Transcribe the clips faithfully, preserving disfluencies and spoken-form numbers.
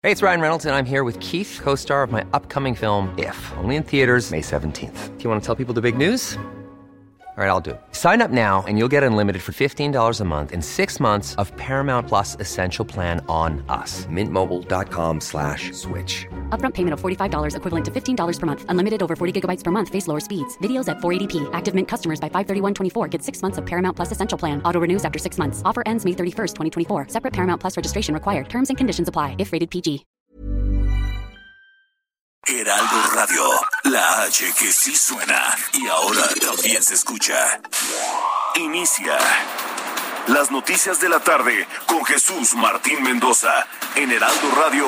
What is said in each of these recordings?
Hey, it's Ryan Reynolds, and I'm here with Keith, co-star of my upcoming film, If, only in theaters May seventeenth. Do you want to tell people the big news? All right, I'll do it. Sign up now and you'll get unlimited for fifteen dollars a month and six months of Paramount Plus Essential Plan on us. Mint Mobile dot com slash switch. Upfront payment of forty-five dollars equivalent to fifteen dollars per month. Unlimited over forty gigabytes per month. Face lower speeds. Videos at four eighty p. Active Mint customers by five thirty-one twenty-four get six months of Paramount Plus Essential Plan. Auto renews after six months. Offer ends May thirty-first, twenty twenty-four. Separate Paramount Plus registration required. Terms and conditions apply if rated P G. Heraldo Radio, la H que sí suena y ahora también se escucha. Inicia las noticias de la tarde con Jesús Martín Mendoza en Heraldo Radio.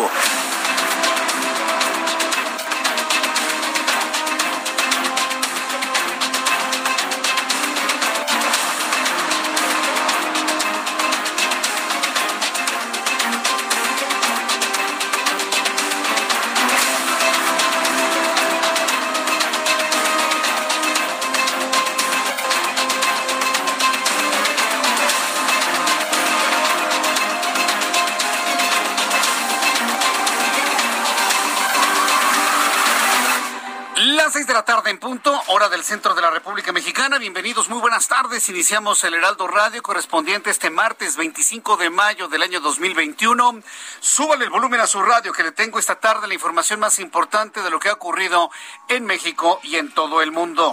seis de la tarde en punto, hora del centro de la República Mexicana. Bienvenidos, muy buenas tardes. Iniciamos el Heraldo Radio correspondiente este martes veinticinco de mayo del año dos mil veintiuno. Súbale el volumen a su radio que le tengo esta tarde la información más importante de lo que ha ocurrido en México y en todo el mundo.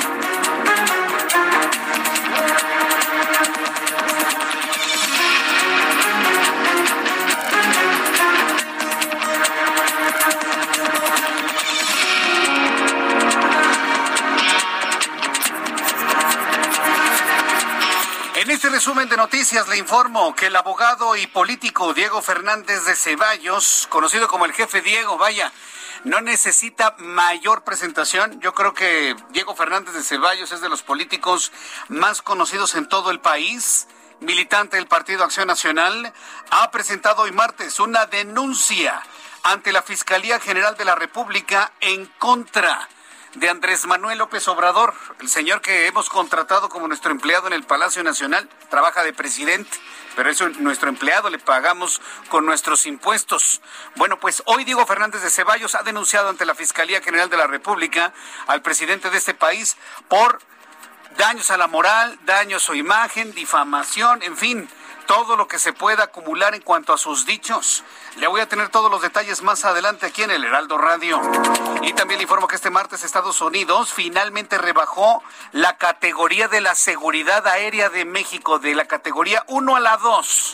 En este resumen de noticias le informo que el abogado y político Diego Fernández de Ceballos, conocido como el Jefe Diego, vaya, no necesita mayor presentación. Yo creo que Diego Fernández de Ceballos es de los políticos más conocidos en todo el país. Militante del Partido Acción Nacional, ha presentado hoy martes una denuncia ante la Fiscalía General de la República en contra de Andrés Manuel López Obrador, el señor que hemos contratado como nuestro empleado en el Palacio Nacional. Trabaja de presidente, pero es nuestro empleado, le pagamos con nuestros impuestos. Bueno, pues hoy Diego Fernández de Ceballos ha denunciado ante la Fiscalía General de la República al presidente de este país por daños a la moral, daños a su imagen, difamación, en fin, todo lo que se pueda acumular en cuanto a sus dichos. Le voy a tener todos los detalles más adelante aquí en el Heraldo Radio. Y también le informo que este martes Estados Unidos finalmente rebajó la categoría de la seguridad aérea de México, de la categoría uno a la dos.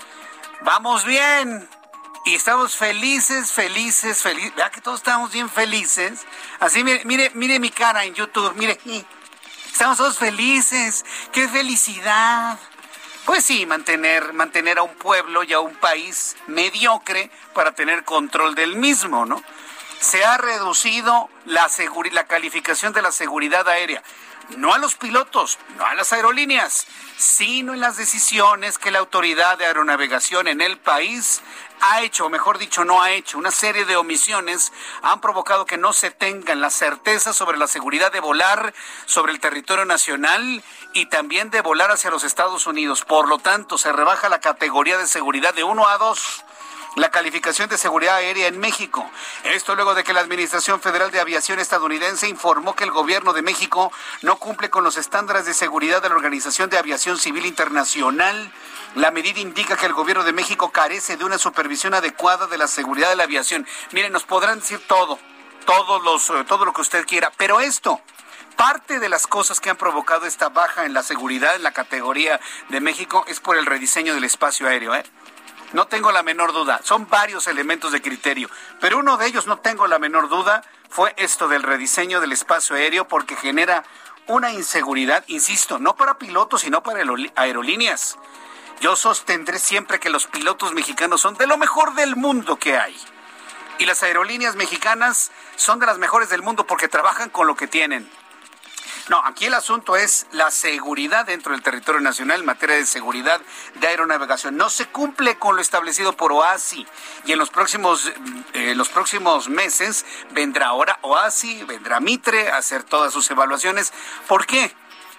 Vamos bien. Y estamos felices, felices, felices. Vea que todos estamos bien felices. Así, mire, mire, mire mi cara en YouTube, mire. Estamos todos felices. ¡Qué felicidad! Pues sí, mantener, mantener a un pueblo y a un país mediocre para tener control del mismo, ¿no? Se ha reducido la, seguri- la calificación de la seguridad aérea. No a los pilotos, no a las aerolíneas, sino en las decisiones que la autoridad de aeronavegación en el país ha hecho, o mejor dicho, no ha hecho. Una serie de omisiones han provocado que no se tengan la certeza sobre la seguridad de volar sobre el territorio nacional y también de volar hacia los Estados Unidos. Por lo tanto, se rebaja la categoría de seguridad de uno a dos. La calificación de seguridad aérea en México. Esto luego de que la Administración Federal de Aviación estadounidense informó que el gobierno de México no cumple con los estándares de seguridad de la Organización de Aviación Civil Internacional. La medida indica que el gobierno de México carece de una supervisión adecuada de la seguridad de la aviación. Miren, nos podrán decir todo, todos los, todo lo que usted quiera, pero esto, parte de las cosas que han provocado esta baja en la seguridad en la categoría de México es por el rediseño del espacio aéreo, ¿eh? No tengo la menor duda. Son varios elementos de criterio, pero uno de ellos, no tengo la menor duda, fue esto del rediseño del espacio aéreo, porque genera una inseguridad, insisto, no para pilotos, sino para aerolíneas. Yo sostendré siempre que los pilotos mexicanos son de lo mejor del mundo que hay. Y las aerolíneas mexicanas son de las mejores del mundo porque trabajan con lo que tienen. No, aquí el asunto es la seguridad dentro del territorio nacional en materia de seguridad de aeronavegación. No se cumple con lo establecido por O A S I y en los próximos, eh, los próximos meses vendrá ahora O A S I, vendrá Mitre a hacer todas sus evaluaciones. ¿Por qué?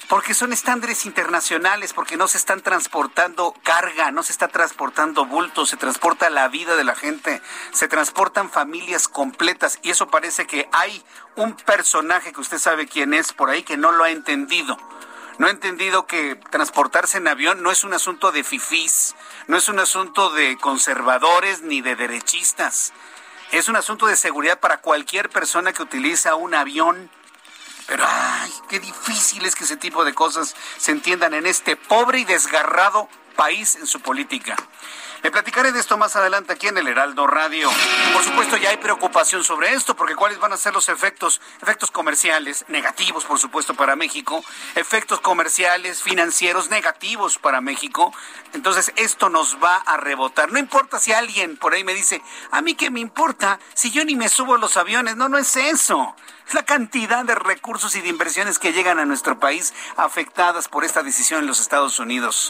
Porque son estándares internacionales, porque no se están transportando carga, no se está transportando bultos, se transporta la vida de la gente, se transportan familias completas, y eso parece que hay un personaje que usted sabe quién es por ahí que no lo ha entendido. No ha entendido que transportarse en avión no es un asunto de fifís, no es un asunto de conservadores ni de derechistas. Es un asunto de seguridad para cualquier persona que utiliza un avión. Pero, ay, qué difícil es que ese tipo de cosas se entiendan en este pobre y desgarrado país en su política. Le platicaré de esto más adelante aquí en el Heraldo Radio. Por supuesto, ya hay preocupación sobre esto, porque ¿cuáles van a ser los efectos? Efectos comerciales negativos, por supuesto, para México. Efectos comerciales, financieros negativos para México. Entonces, esto nos va a rebotar. No importa si alguien por ahí me dice, ¿a mí qué me importa? Si yo ni me subo a los aviones. No, no es eso. Es la cantidad de recursos y de inversiones que llegan a nuestro país afectadas por esta decisión en los Estados Unidos.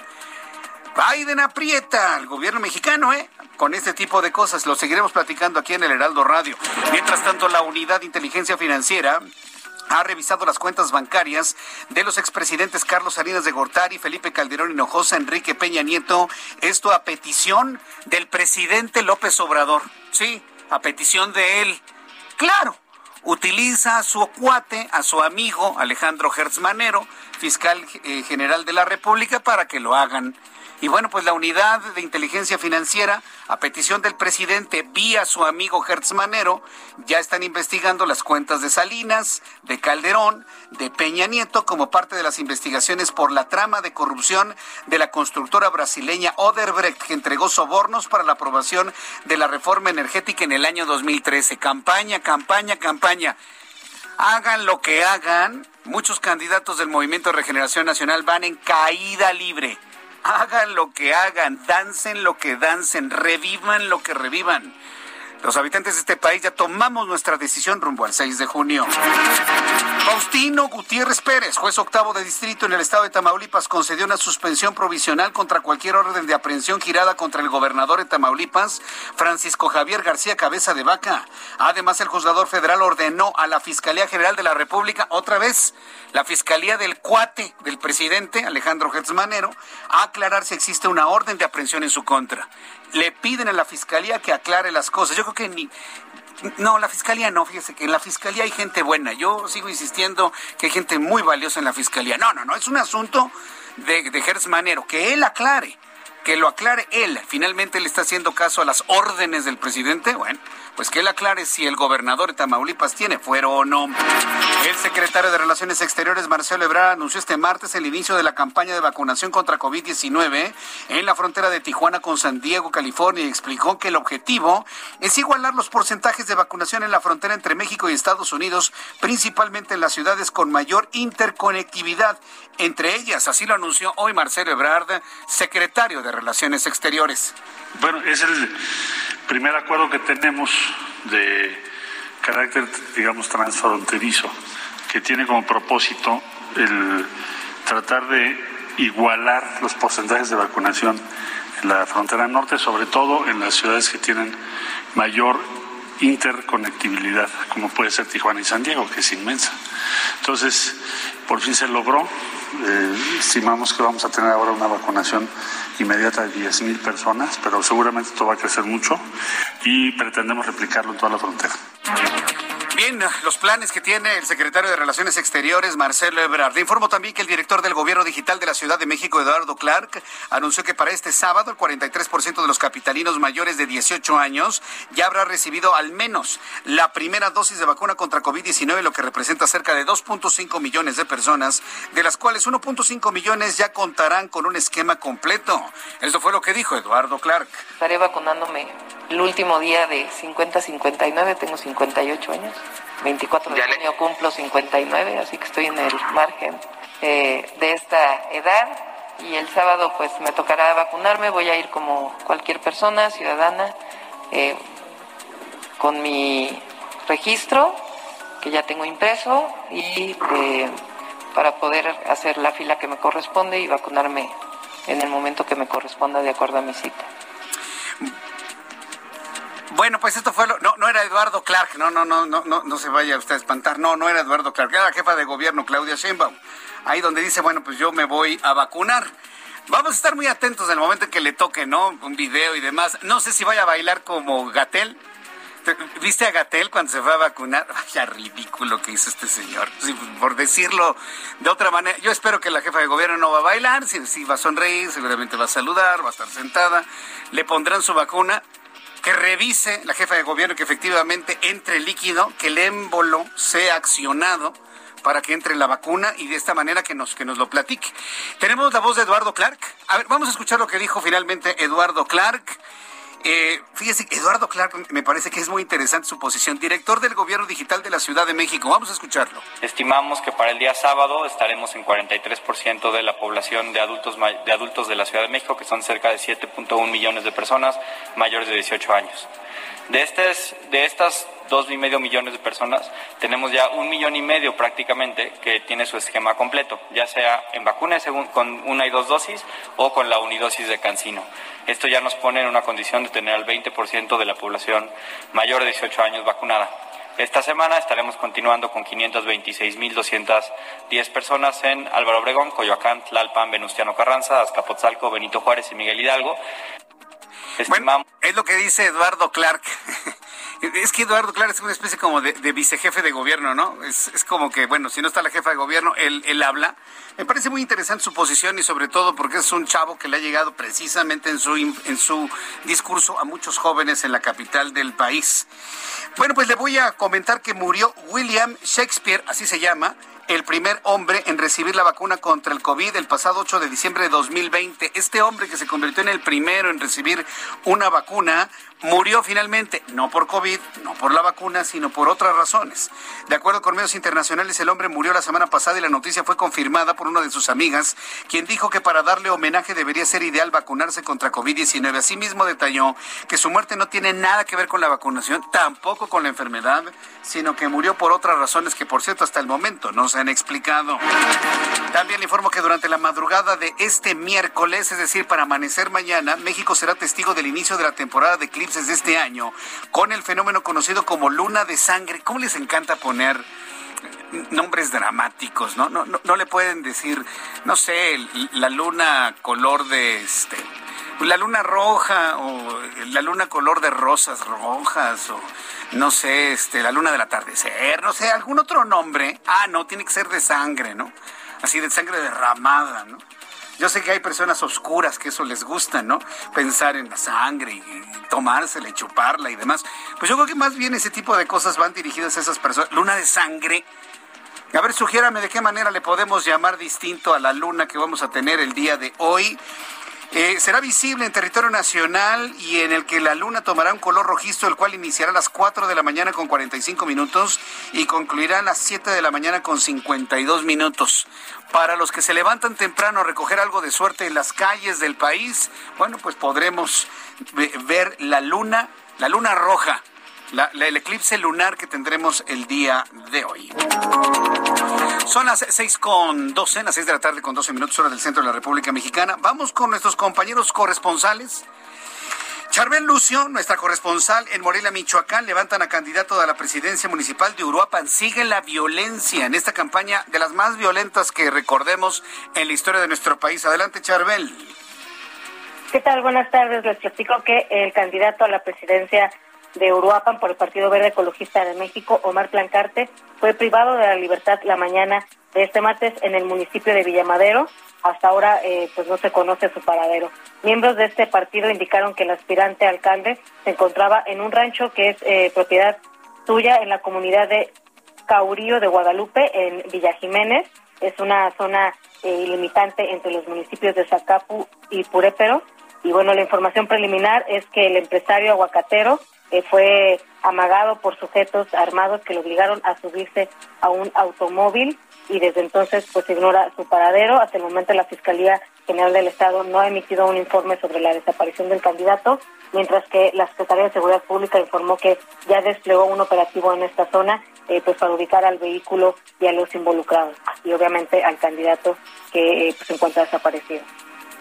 Biden aprieta al gobierno mexicano, ¿eh? Con este tipo de cosas. Lo seguiremos platicando aquí en el Heraldo Radio. Mientras tanto, la Unidad de Inteligencia Financiera ha revisado las cuentas bancarias de los expresidentes Carlos Salinas de Gortari, Felipe Calderón Hinojosa, Enrique Peña Nieto. Esto a petición del presidente López Obrador. Sí, a petición de él. Claro, utiliza a su cuate, a su amigo Alejandro Gertz Manero, fiscal eh, general de la República, para que lo hagan. Y bueno, pues la Unidad de Inteligencia Financiera, a petición del presidente, vía su amigo Gertz Manero, ya están investigando las cuentas de Salinas, de Calderón, de Peña Nieto, como parte de las investigaciones por la trama de corrupción de la constructora brasileña Odebrecht, que entregó sobornos para la aprobación de la reforma energética en el año dos mil trece. Campaña, campaña, campaña. Hagan lo que hagan, muchos candidatos del Movimiento de Regeneración Nacional van en caída libre. Hagan lo que hagan, dancen lo que dancen, revivan lo que revivan. Los habitantes de este país ya tomamos nuestra decisión rumbo al seis de junio. Faustino Gutiérrez Pérez, juez octavo de distrito en el estado de Tamaulipas, concedió una suspensión provisional contra cualquier orden de aprehensión girada contra el gobernador de Tamaulipas, Francisco Javier García Cabeza de Vaca. Además, el juzgador federal ordenó a la Fiscalía General de la República, otra vez, la Fiscalía del cuate del presidente, Alejandro Gertz Manero, a aclarar si existe una orden de aprehensión en su contra. Le piden a la Fiscalía que aclare las cosas. Yo creo que ni... No, la Fiscalía no, fíjese que en la Fiscalía hay gente buena. Yo sigo insistiendo que hay gente muy valiosa en la Fiscalía. No, no, no, es un asunto de, de Gertz Manero, que él aclare, que lo aclare él. Finalmente le está haciendo caso a las órdenes del presidente. Bueno, pues que él aclare si el gobernador de Tamaulipas tiene fuero o no. El secretario de Relaciones Exteriores, Marcelo Ebrard, anunció este martes el inicio de la campaña de vacunación contra COVID diecinueve en la frontera de Tijuana con San Diego, California, y explicó que el objetivo es igualar los porcentajes de vacunación en la frontera entre México y Estados Unidos, principalmente en las ciudades con mayor interconectividad entre ellas. Así lo anunció hoy Marcelo Ebrard, secretario de Relaciones Exteriores. Bueno, es el primer acuerdo que tenemos de carácter, digamos, transfronterizo, que tiene como propósito el tratar de igualar los porcentajes de vacunación en la frontera norte, sobre todo en las ciudades que tienen mayor interconectividad, como puede ser Tijuana y San Diego, que es inmensa. Entonces, por fin se logró. Eh, estimamos que vamos a tener ahora una vacunación inmediata de diez mil personas, pero seguramente esto va a crecer mucho y pretendemos replicarlo en toda la frontera. Bien, los planes que tiene el secretario de Relaciones Exteriores, Marcelo Ebrard. Le informo también que el director del Gobierno Digital de la Ciudad de México, Eduardo Clark, anunció que para este sábado el cuarenta y tres por ciento de los capitalinos mayores de dieciocho años ya habrá recibido al menos la primera dosis de vacuna contra COVID diecinueve, lo que representa cerca de dos punto cinco millones de personas, de las cuales uno punto cinco millones ya contarán con un esquema completo. Esto fue lo que dijo Eduardo Clark. Estaré vacunándome el último día de cincuenta a cincuenta y nueve, tengo cincuenta y ocho años. veinticuatro de junio cumplo cincuenta y nueve, así que estoy en el margen eh, de esta edad, y el sábado pues me tocará vacunarme. Voy a ir como cualquier persona ciudadana eh, con mi registro que ya tengo impreso y eh, para poder hacer la fila que me corresponde y vacunarme en el momento que me corresponda de acuerdo a mi cita. Bueno, pues esto fue lo, no, no era Eduardo Clark, no, no, no, no, no, no se vaya usted a espantar, no, no era Eduardo Clark, era la jefa de gobierno, Claudia Sheinbaum, ahí donde dice, bueno, pues yo me voy a vacunar. Vamos a estar muy atentos en el momento en que le toque, ¿no? Un video y demás. No sé si vaya a bailar como Gatell. ¿Viste a Gatell cuando se fue a vacunar? Vaya ridículo que hizo este señor. Sí, por decirlo de otra manera, yo espero que la jefa de gobierno no va a bailar, sí, sí va a sonreír, seguramente va a saludar, va a estar sentada, le pondrán su vacuna, que revise la jefa de gobierno que efectivamente entre líquido, que el émbolo sea accionado para que entre la vacuna y de esta manera que nos, que nos lo platique. Tenemos la voz de Eduardo Clark. A ver, vamos a escuchar lo que dijo finalmente Eduardo Clark. Eh, fíjese, Eduardo Clark me parece que es muy interesante su posición, director del Gobierno Digital de la Ciudad de México. Vamos a escucharlo. Estimamos que para el día sábado estaremos en cuarenta y tres por ciento de la población de adultos, de adultos de la Ciudad de México, que son cerca de siete punto uno millones de personas mayores de dieciocho años. De, estas, de estas dos y medio millones de personas, tenemos ya un millón y medio prácticamente que tiene su esquema completo, ya sea en vacunas con una y dos dosis o con la unidosis de CanSino. Esto ya nos pone en una condición de tener al veinte por ciento de la población mayor de dieciocho años vacunada. Esta semana estaremos continuando con quinientas veintiséis mil doscientas diez personas en Álvaro Obregón, Coyoacán, Tlalpan, Venustiano Carranza, Azcapotzalco, Benito Juárez y Miguel Hidalgo. Bueno, es lo que dice Eduardo Clark. Es que Eduardo Clark es una especie como de, de vicejefe de gobierno, ¿no? Es, es como que, bueno, si no está la jefa de gobierno, él, él habla. Me parece muy interesante su posición y sobre todo porque es un chavo que le ha llegado precisamente en su, en su discurso a muchos jóvenes en la capital del país. Bueno, pues le voy a comentar que murió William Shakespeare, así se llama, el primer hombre en recibir la vacuna contra el COVID el pasado ocho de diciembre de dos mil veinte. Este hombre que se convirtió en el primero en recibir una vacuna murió finalmente, no por COVID, no por la vacuna, sino por otras razones. De acuerdo con medios internacionales, el hombre murió la semana pasada y la noticia fue confirmada por una de sus amigas, quien dijo que para darle homenaje debería ser ideal vacunarse contra COVID diecinueve. Asimismo, detalló que su muerte no tiene nada que ver con la vacunación, tampoco con la enfermedad, sino que murió por otras razones que, por cierto, hasta el momento no se han explicado. También le informo que durante la madrugada de este miércoles, es decir, para amanecer mañana, México será testigo del inicio de la temporada de eclipses de este año, con el fenómeno conocido como luna de sangre. ¿Cómo les encanta poner nombres dramáticos, ¿no? No, no, no le pueden decir, no sé, la luna color de este, la luna roja o la luna color de rosas rojas o no sé, este, la luna del atardecer, no sé, algún otro nombre. Ah, no, tiene que ser de sangre, ¿no? Así de sangre derramada, ¿no? Yo sé que hay personas oscuras que eso les gusta, ¿no? Pensar en la sangre y, y tomársela y chuparla y demás. Pues yo creo que más bien ese tipo de cosas van dirigidas a esas personas. Luna de sangre. A ver, sugiérame de qué manera le podemos llamar distinto a la luna que vamos a tener el día de hoy. Eh, será visible en territorio nacional y en el que la luna tomará un color rojizo, el cual iniciará a las cuatro de la mañana con cuarenta y cinco minutos y concluirá a las siete de la mañana con cincuenta y dos minutos. Para los que se levantan temprano a recoger algo de suerte en las calles del país, bueno, pues podremos ver la luna, la luna roja, la, la, el eclipse lunar que tendremos el día de hoy. Son las seis con doce, las seis de la tarde con doce minutos, hora del centro de la República Mexicana. Vamos con nuestros compañeros corresponsales. Charbel Lucio, nuestra corresponsal en Morelia, Michoacán, levantan a candidato a la presidencia municipal de Uruapan. Sigue la violencia en esta campaña de las más violentas que recordemos en la historia de nuestro país. Adelante, Charbel. ¿Qué tal? Buenas tardes. Les platico que el candidato a la presidencia de Uruapan por el Partido Verde Ecologista de México, Omar Plancarte, fue privado de la libertad la mañana de este martes en el municipio de Villamadero. Hasta ahora eh, pues no se conoce su paradero. Miembros de este partido indicaron que el aspirante a alcalde se encontraba en un rancho que es eh, propiedad suya en la comunidad de Caurío de Guadalupe, en Villa Jiménez. Es una zona eh, limitante entre los municipios de Zacapu y Purépero. Y bueno, la información preliminar es que el empresario aguacatero eh, fue amagado por sujetos armados que lo obligaron a subirse a un automóvil y desde entonces pues se ignora su paradero. Hasta el momento la Fiscalía General del Estado no ha emitido un informe sobre la desaparición del candidato, mientras que la Secretaría de Seguridad Pública informó que ya desplegó un operativo en esta zona eh, pues para ubicar al vehículo y a los involucrados y obviamente al candidato que eh, pues, se encuentra desaparecido.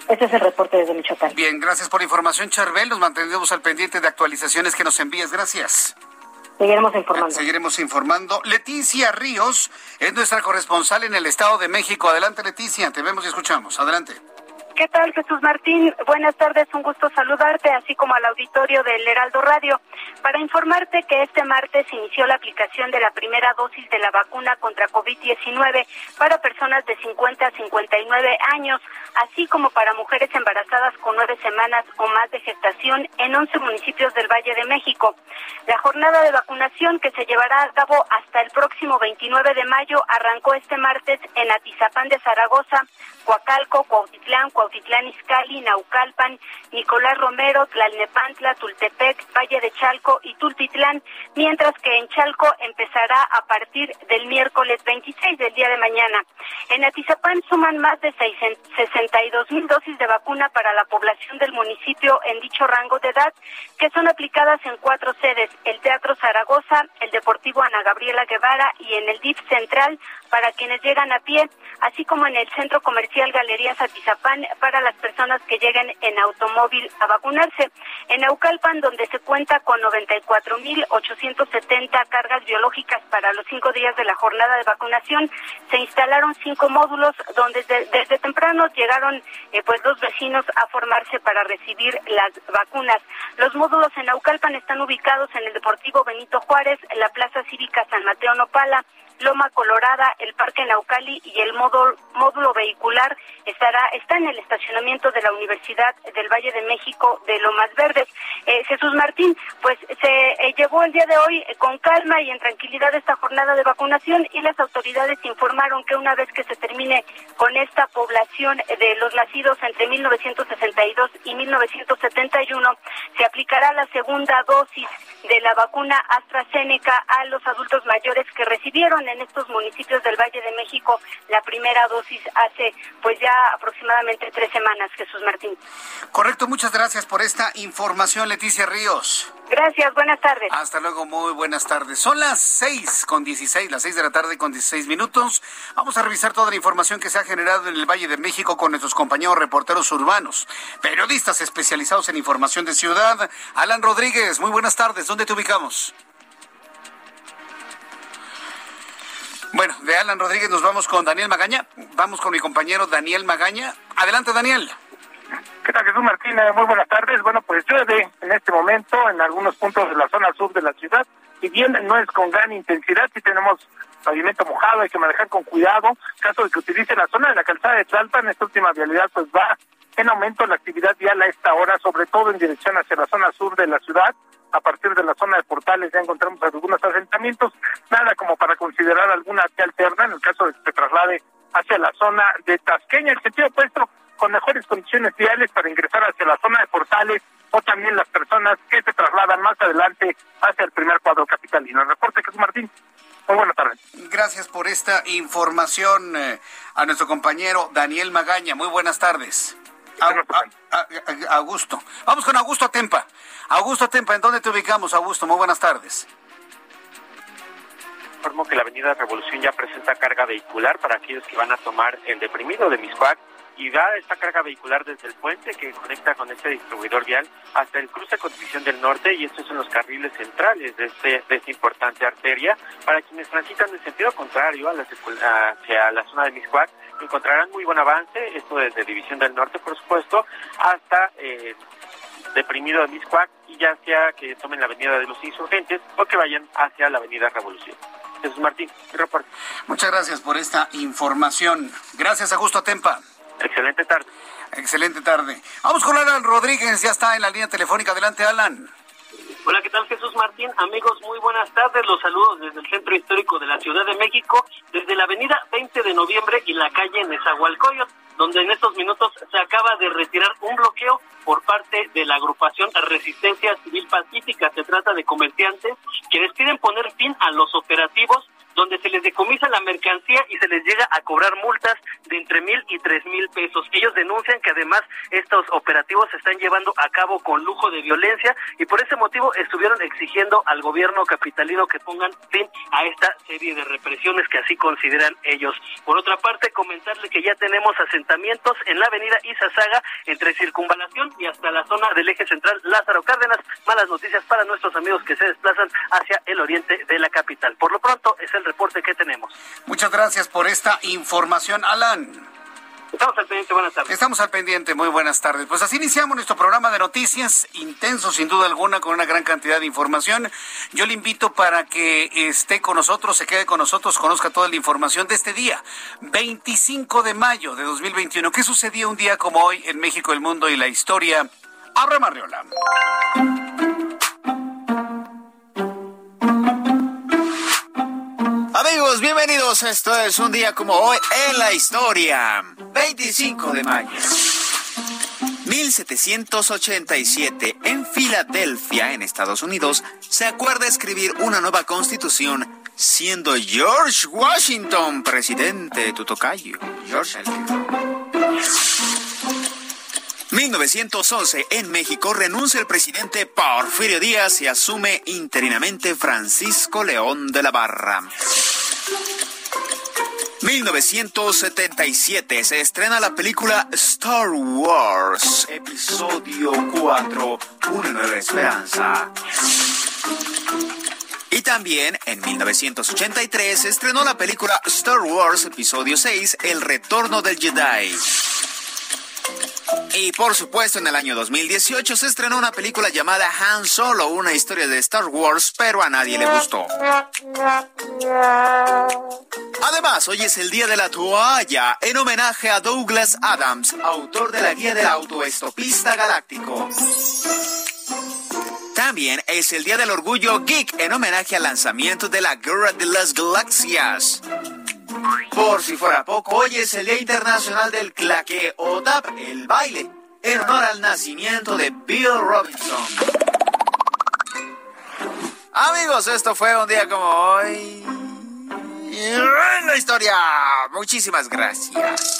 Este es el reporte desde Michoacán. Bien, gracias por la información, Charbel. Nos mantendremos al pendiente de actualizaciones que nos envíes. Gracias. Seguiremos informando. Seguiremos informando. Leticia Ríos es nuestra corresponsal en el Estado de México. Adelante, Leticia. Te vemos y escuchamos. Adelante. ¿Qué tal, Jesús Martín? Buenas tardes, un gusto saludarte, así como al auditorio del Heraldo Radio, para informarte que este martes inició la aplicación de la primera dosis de la vacuna contra COVID diecinueve para personas de cincuenta a cincuenta y nueve años, así como para mujeres embarazadas con nueve semanas o más de gestación en once municipios del Valle de México. La jornada de vacunación, que se llevará a cabo hasta el próximo veintinueve de mayo, arrancó este martes en Atizapán de Zaragoza, Coacalco, Cuautitlán, Cuautitlán Izcalli, Naucalpan, Nicolás Romero, Tlalnepantla, Tultepec, Valle de Chalco y Tultitlán, mientras que en Chalco empezará a partir del miércoles veintiséis del día de mañana. En Atizapán suman más de sesenta y dos mil dosis de vacuna para la población del municipio en dicho rango de edad, que son aplicadas en cuatro sedes: el Teatro Zaragoza, el Deportivo Ana Gabriela Guevara y en el D I F Central para quienes llegan a pie, así como en el Centro Comercial Galerías Atizapán para las personas que lleguen en automóvil a vacunarse. En Naucalpan, donde se cuenta con noventa y cuatro mil ochocientos setenta cargas biológicas para los cinco días de la jornada de vacunación, se instalaron cinco módulos donde desde, desde temprano llegaron eh, pues los vecinos a formarse para recibir las vacunas. Los módulos en Naucalpan están ubicados en el Deportivo Benito Juárez, la Plaza Cívica San Mateo Nopala, Loma Colorada, el Parque Naucali y el módulo, módulo vehicular estará está en el estacionamiento de la Universidad del Valle de México de Lomas Verdes. Eh, Jesús Martín, pues se eh, llevó el día de hoy eh, con calma y en tranquilidad esta jornada de vacunación, y las autoridades informaron que una vez que se termine con esta población de los nacidos entre mil novecientos sesenta y dos y mil novecientos setenta y uno, se aplicará la segunda dosis de la vacuna AstraZeneca a los adultos mayores que recibieron en estos municipios del Valle de México la primera dosis hace pues ya aproximadamente tres semanas, Jesús Martín. Correcto, muchas gracias por esta información, Leticia Ríos. Gracias, buenas tardes. Hasta luego, muy buenas tardes. Son las seis con dieciséis, las seis de la tarde con dieciséis minutos. Vamos a revisar toda la información que se ha generado en el Valle de México con nuestros compañeros reporteros urbanos, periodistas especializados en información de ciudad. Alan Rodríguez, muy buenas tardes. ¿Dónde te ubicamos? Bueno, de Alan Rodríguez nos vamos con Daniel Magaña. Vamos con mi compañero Daniel Magaña. Adelante, Daniel. ¿Qué tal, Jesús Martín? Muy buenas tardes. Bueno, pues llueve en este momento en algunos puntos de la zona sur de la ciudad. Si bien no es con gran intensidad, sí tenemos pavimento mojado, hay que manejar con cuidado. En caso de que utilice la zona de la calzada de Tlalpan, esta última vialidad pues va en aumento la actividad vial a esta hora, sobre todo en dirección hacia la zona sur de la ciudad. A partir de la zona de Portales ya encontramos algunos asentamientos, nada como para considerar alguna vía alterna en el caso de que se traslade hacia la zona de Tasqueña, el sentido opuesto, con mejores condiciones viales para ingresar hacia la zona de Portales, o también las personas que se trasladan más adelante hacia el primer cuadro capitalino. El reporte, Jesús Martín. Muy buenas tardes. Gracias por esta información eh, a nuestro compañero Daniel Magaña. Muy buenas tardes. A, a, a, Augusto. Vamos con Augusto Tempa. Augusto Tempa, ¿en dónde te ubicamos, Augusto? Muy buenas tardes. Informo que la avenida Revolución ya presenta carga vehicular para aquellos que van a tomar el deprimido de Mixcoac, y da esta carga vehicular desde el puente que conecta con este distribuidor vial hasta el cruce con División del Norte, y estos son los carriles centrales de, este, de esta importante arteria. Para quienes transitan en sentido contrario a la, hacia la zona de Mixcoac, encontrarán muy buen avance, esto desde División del Norte, por supuesto, hasta eh, deprimido de Mixcoac, y ya sea que tomen la avenida de los Insurgentes o que vayan hacia la avenida Revolución. Jesús Martín, mi reporte. Muchas gracias por esta información. Gracias, Augusto Tempa. Excelente tarde. Excelente tarde. Vamos con Alan Rodríguez, ya está en la línea telefónica. Adelante, Alan. Hola, ¿qué tal, Jesús Martín? Amigos, muy buenas tardes. Los saludos desde el Centro Histórico de la Ciudad de México, desde la avenida veinte de noviembre y la calle Nezahualcóyotl, donde en estos minutos se acaba de retirar un bloqueo por parte de la agrupación Resistencia Civil Pacífica. Se trata de comerciantes quienes piden poner fin a los operativos donde se les decomisa la mercancía y se les llega a cobrar multas de entre mil y tres mil pesos. Ellos denuncian que además estos operativos se están llevando a cabo con lujo de violencia y por ese motivo estuvieron exigiendo al gobierno capitalino que pongan fin a esta serie de represiones que así consideran ellos. Por otra parte, comentarle que ya tenemos asentamientos en la avenida Izazaga entre Circunvalación y hasta la zona del eje central Lázaro Cárdenas. Malas noticias para nuestros amigos que se desplazan hacia el oriente de la capital. Por lo pronto, es el reporte que tenemos. Muchas gracias por esta información, Alan. Estamos al pendiente, buenas tardes. Estamos al pendiente, muy buenas tardes. Pues así iniciamos nuestro programa de noticias, intenso sin duda alguna, con una gran cantidad de información. Yo le invito para que esté con nosotros, se quede con nosotros, conozca toda la información de este día, veinticinco de mayo de dos mil veintiuno. ¿Qué sucedió un día como hoy en México, el mundo y la historia? Abraham Arreola. Amigos, bienvenidos. Esto es un día como hoy en la historia. veinticinco de mayo. mil setecientos ochenta y siete, en Filadelfia, en Estados Unidos, se acuerda escribir una nueva constitución, siendo George Washington presidente de tu tocayo, George el mil novecientos once, en México, renuncia el presidente Porfirio Díaz y asume interinamente Francisco León de la Barra. mil novecientos setenta y siete, se estrena la película Star Wars, episodio cuatro, Una nueva esperanza. Y también, en mil novecientos ochenta y tres, se estrenó la película Star Wars, episodio seis, El retorno del Jedi. Y por supuesto, en el año dos mil dieciocho se estrenó una película llamada Han Solo, una historia de Star Wars, pero a nadie le gustó. Además, hoy es el Día de la Toalla, en homenaje a Douglas Adams, autor de la Guía del Autoestopista Galáctico. También es el Día del Orgullo Geek, en homenaje al lanzamiento de la Guerra de las Galaxias. Por si fuera poco, hoy es el Día Internacional del Claqué o Tap, el baile, en honor al nacimiento de Bill Robinson. Amigos, esto fue un día como hoy en la historia. Muchísimas gracias.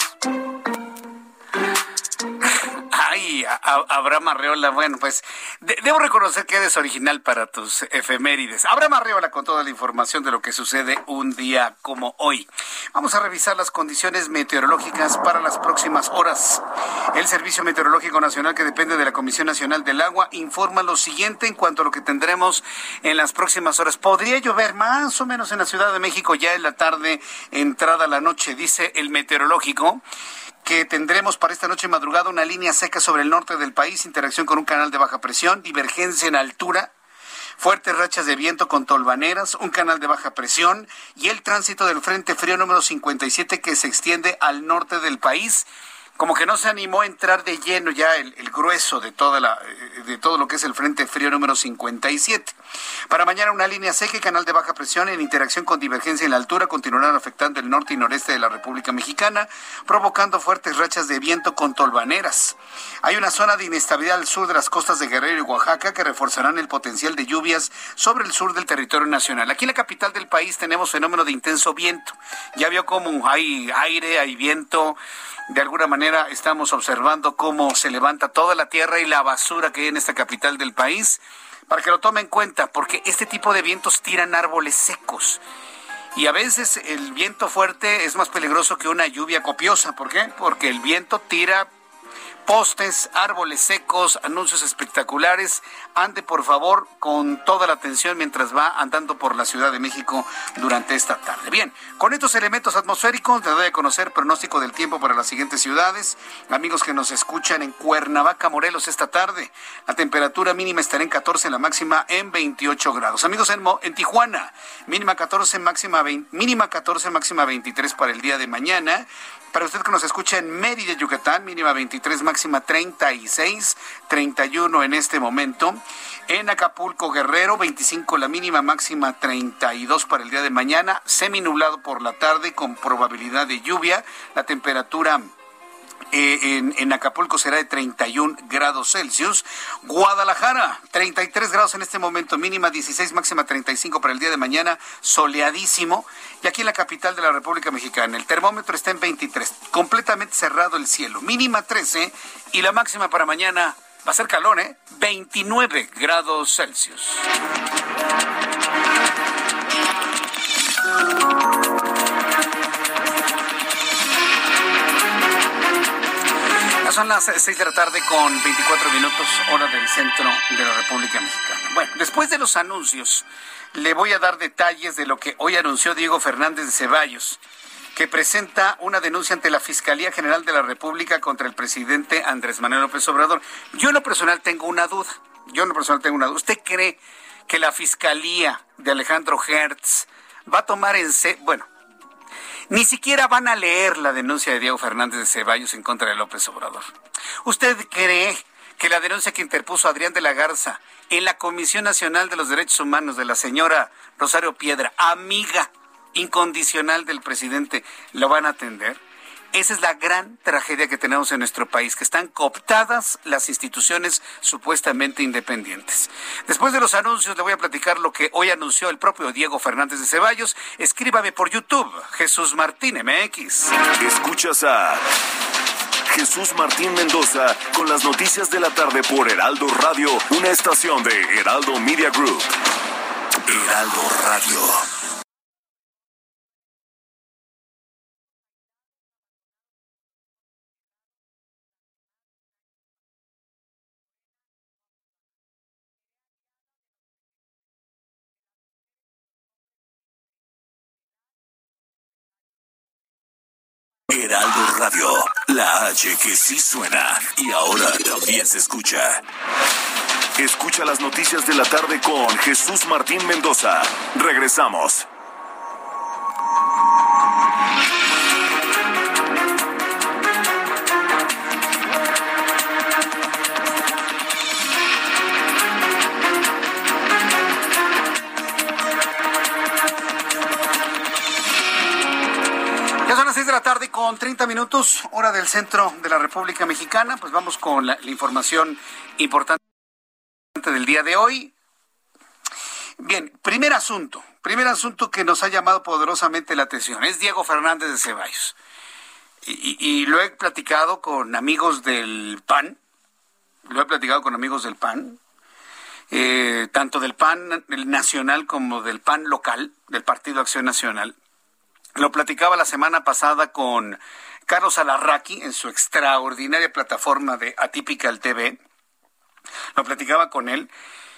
Ay, a, a, Abraham Arreola, bueno, pues de, debo reconocer que eres original para tus efemérides. Abraham Arreola con toda la información de lo que sucede un día como hoy. Vamos a revisar las condiciones meteorológicas para las próximas horas. El Servicio Meteorológico Nacional, que depende de la Comisión Nacional del Agua, informa lo siguiente en cuanto a lo que tendremos en las próximas horas. Podría llover más o menos en la Ciudad de México ya en la tarde, entrada la noche, dice el meteorológico, que tendremos para esta noche madrugada una línea seca sobre el norte del país, interacción con un canal de baja presión, divergencia en altura, fuertes rachas de viento con tolvaneras, un canal de baja presión y el tránsito del Frente Frío número cincuenta y siete que se extiende al norte del país. Como que no se animó a entrar de lleno ya el, el grueso de toda la de todo lo que es el Frente Frío número cincuenta y siete. Para mañana una línea seca y canal de baja presión en interacción con divergencia en la altura continuarán afectando el norte y noreste de la República Mexicana, provocando fuertes rachas de viento con tolvaneras. Hay una zona de inestabilidad al sur de las costas de Guerrero y Oaxaca que reforzarán el potencial de lluvias sobre el sur del territorio nacional. Aquí en la capital del país tenemos fenómeno de intenso viento. Ya vio cómo hay aire, hay viento. De alguna manera estamos observando cómo se levanta toda la tierra y la basura que hay en esta capital del país, para que lo tome en cuenta, porque este tipo de vientos tiran árboles secos. Y a veces el viento fuerte es más peligroso que una lluvia copiosa. ¿Por qué? Porque el viento tira postes, árboles secos, anuncios espectaculares. Ande, por favor, con toda la atención mientras va andando por la Ciudad de México durante esta tarde. Bien, con estos elementos atmosféricos les doy a conocer pronóstico del tiempo para las siguientes ciudades. Amigos que nos escuchan en Cuernavaca, Morelos, esta tarde, la temperatura mínima estará en catorce, la máxima en veintiocho grados. Amigos en, Mo, en Tijuana, mínima catorce, máxima veinte, mínima catorce, máxima veintitrés para el día de mañana. Para usted que nos escucha en Mérida, Yucatán, mínima veintitrés, máxima treinta y seis, treinta y uno en este momento. En Acapulco, Guerrero, veinticinco la mínima, máxima treinta y dos para el día de mañana. Seminublado por la tarde con probabilidad de lluvia. La temperatura Eh, en, en Acapulco será de treinta y un grados Celsius. Guadalajara, treinta y tres grados en este momento, mínima dieciséis, máxima treinta y cinco para el día de mañana, soleadísimo. Y aquí en la capital de la República Mexicana, el termómetro está en veintitrés, completamente cerrado el cielo, mínima trece y la máxima para mañana va a ser calor, ¿eh? veintinueve grados Celsius. Son las seis de la tarde con veinticuatro minutos, hora del centro de la República Mexicana. Bueno, después de los anuncios, le voy a dar detalles de lo que hoy anunció Diego Fernández de Ceballos, que presenta una denuncia ante la Fiscalía General de la República contra el presidente Andrés Manuel López Obrador. Yo en lo personal tengo una duda. Yo en lo personal tengo una duda. ¿Usted cree que la Fiscalía de Alejandro Gertz va a tomar en serio, bueno, ni siquiera van a leer la denuncia de Diego Fernández de Ceballos en contra de López Obrador? ¿Usted cree que la denuncia que interpuso Adrián de la Garza en la Comisión Nacional de los Derechos Humanos de la señora Rosario Piedra, amiga incondicional del presidente, lo van a atender? Esa es la gran tragedia que tenemos en nuestro país, que están cooptadas las instituciones supuestamente independientes. Después de los anuncios le voy a platicar lo que hoy anunció el propio Diego Fernández de Ceballos. Escríbame por YouTube, Jesús Martín M X. Escuchas a Jesús Martín Mendoza con las noticias de la tarde por Heraldo Radio, una estación de Heraldo Media Group. Heraldo Radio. Heraldo Radio, la H que sí suena y ahora también se escucha. Escucha las noticias de la tarde con Jesús Martín Mendoza. Regresamos. seis de la tarde con treinta minutos, hora del centro de la República Mexicana. Pues vamos con la, la información importante del día de hoy. Bien, primer asunto, primer asunto que nos ha llamado poderosamente la atención es Diego Fernández de Ceballos. Y, y, y lo he platicado con amigos del P A N, lo he platicado con amigos del P A N, eh, tanto del P A N nacional como del P A N local, del Partido Acción Nacional. Lo platicaba la semana pasada con Carlos Alarraqui en su extraordinaria plataforma de Atypical T V. Lo platicaba con él.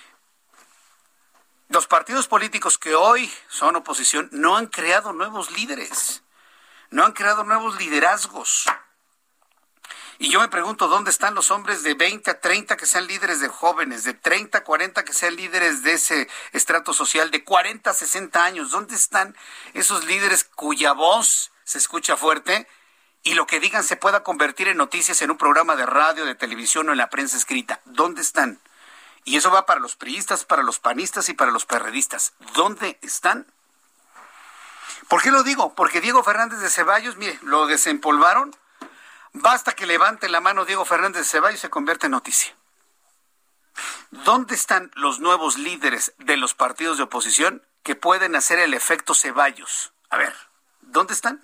Los partidos políticos que hoy son oposición no han creado nuevos líderes, no han creado nuevos liderazgos. Y yo me pregunto, ¿dónde están los hombres de veinte a treinta que sean líderes de jóvenes, de treinta a cuarenta que sean líderes de ese estrato social, de cuarenta a sesenta años? ¿Dónde están esos líderes cuya voz se escucha fuerte y lo que digan se pueda convertir en noticias en un programa de radio, de televisión o en la prensa escrita? ¿Dónde están? Y eso va para los priistas, para los panistas y para los perredistas. ¿Dónde están? ¿Por qué lo digo? Porque Diego Fernández de Ceballos, mire, lo desempolvaron. Basta que levante la mano Diego Fernández de Ceballos y se convierte en noticia. ¿Dónde están los nuevos líderes de los partidos de oposición que pueden hacer el efecto Ceballos? A ver, ¿dónde están?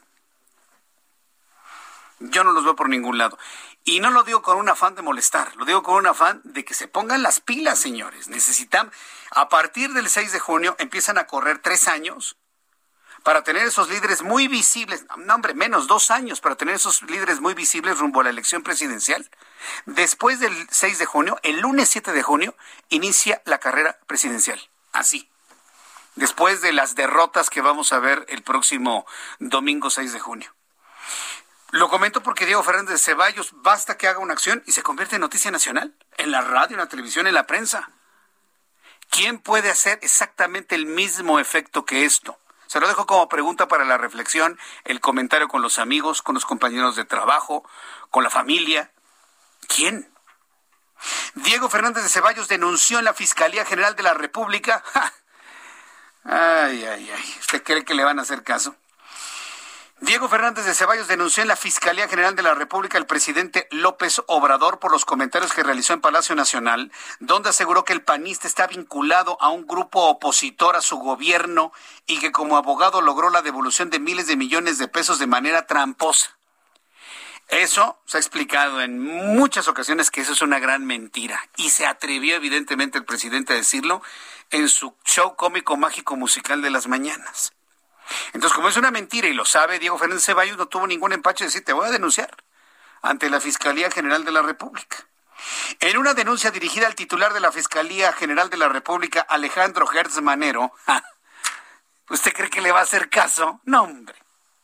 Yo no los veo por ningún lado. Y no lo digo con un afán de molestar, lo digo con un afán de que se pongan las pilas, señores. Necesitan, a partir del seis de junio, empiezan a correr tres años para tener esos líderes muy visibles, no hombre, menos dos años para tener esos líderes muy visibles rumbo a la elección presidencial. Después del seis de junio, el lunes siete de junio, inicia la carrera presidencial. Así. Después de las derrotas que vamos a ver el próximo domingo seis de junio. Lo comento porque Diego Fernández de Ceballos basta que haga una acción y se convierte en noticia nacional, en la radio, en la televisión, en la prensa. ¿Quién puede hacer exactamente el mismo efecto que esto? Se lo dejo como pregunta para la reflexión, el comentario con los amigos, con los compañeros de trabajo, con la familia. ¿Quién? Diego Fernández de Ceballos denunció en la Fiscalía General de la República. ¡Ja! Ay, ay, ay. ¿Usted cree que le van a hacer caso? Diego Fernández de Ceballos denunció en la Fiscalía General de la República al presidente López Obrador por los comentarios que realizó en Palacio Nacional, donde aseguró que el panista está vinculado a un grupo opositor a su gobierno y que como abogado logró la devolución de miles de millones de pesos de manera tramposa. Eso se ha explicado en muchas ocasiones que eso es una gran mentira y se atrevió evidentemente el presidente a decirlo en su show cómico mágico musical de las mañanas. Entonces, como es una mentira y lo sabe Diego Fernández Ceballos, no tuvo ningún empacho de decir, te voy a denunciar ante la Fiscalía General de la República. En una denuncia dirigida al titular de la Fiscalía General de la República, Alejandro Gertz Manero, ¡ja! ¿Usted cree que le va a hacer caso? No, hombre.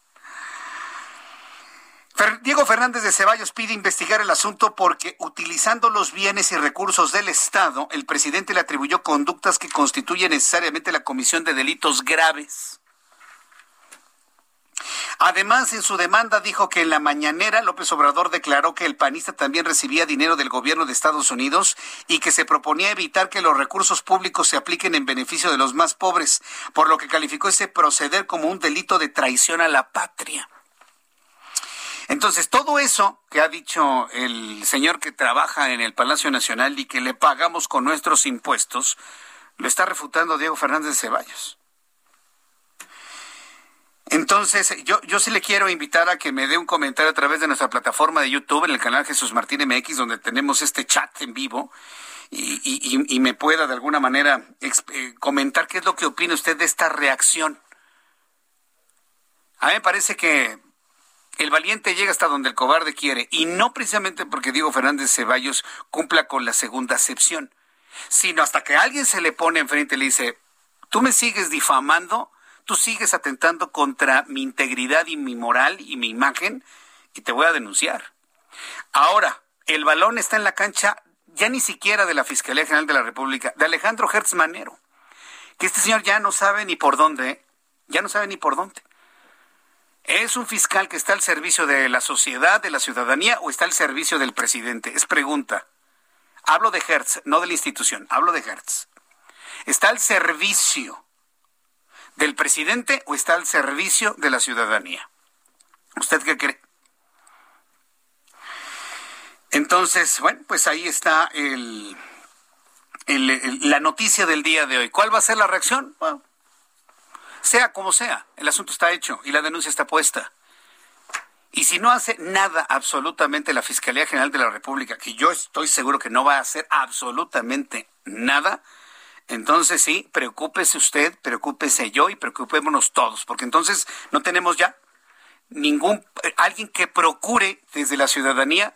Diego Fernández de Ceballos pide investigar el asunto porque, utilizando los bienes y recursos del Estado, el presidente le atribuyó conductas que constituyen necesariamente la comisión de delitos graves. Además, en su demanda dijo que en la mañanera López Obrador declaró que el panista también recibía dinero del gobierno de Estados Unidos y que se proponía evitar que los recursos públicos se apliquen en beneficio de los más pobres, por lo que calificó ese proceder como un delito de traición a la patria. Entonces, todo eso que ha dicho el señor que trabaja en el Palacio Nacional y que le pagamos con nuestros impuestos, lo está refutando Diego Fernández de Ceballos. Entonces, yo, yo sí le quiero invitar a que me dé un comentario a través de nuestra plataforma de YouTube, en el canal Jesús Martín M X, donde tenemos este chat en vivo, y, y, y me pueda de alguna manera eh, comentar qué es lo que opina usted de esta reacción. A mí me parece que el valiente llega hasta donde el cobarde quiere, y no precisamente porque Diego Fernández Ceballos cumpla con la segunda acepción, sino hasta que alguien se le pone enfrente y le dice, tú me sigues difamando, tú sigues atentando contra mi integridad y mi moral y mi imagen y te voy a denunciar. Ahora, el balón está en la cancha ya ni siquiera de la Fiscalía General de la República, de Alejandro Gertz Manero, que este señor ya no sabe ni por dónde, ¿eh? ya no sabe ni por dónde. ¿Es un fiscal que está al servicio de la sociedad, de la ciudadanía, o está al servicio del presidente? Es pregunta. Hablo de Gertz, no de la institución, hablo de Gertz. ¿Está al servicio del presidente o está al servicio de la ciudadanía? ¿Usted qué cree? Entonces, bueno, pues ahí está el, el, el, la noticia del día de hoy. ¿Cuál va a ser la reacción? Bueno, sea como sea, el asunto está hecho y la denuncia está puesta. Y si no hace nada absolutamente la Fiscalía General de la República, que yo estoy seguro que no va a hacer absolutamente nada, entonces sí, preocúpese usted, preocúpese yo y preocupémonos todos, porque entonces no tenemos ya ningún, alguien que procure desde la ciudadanía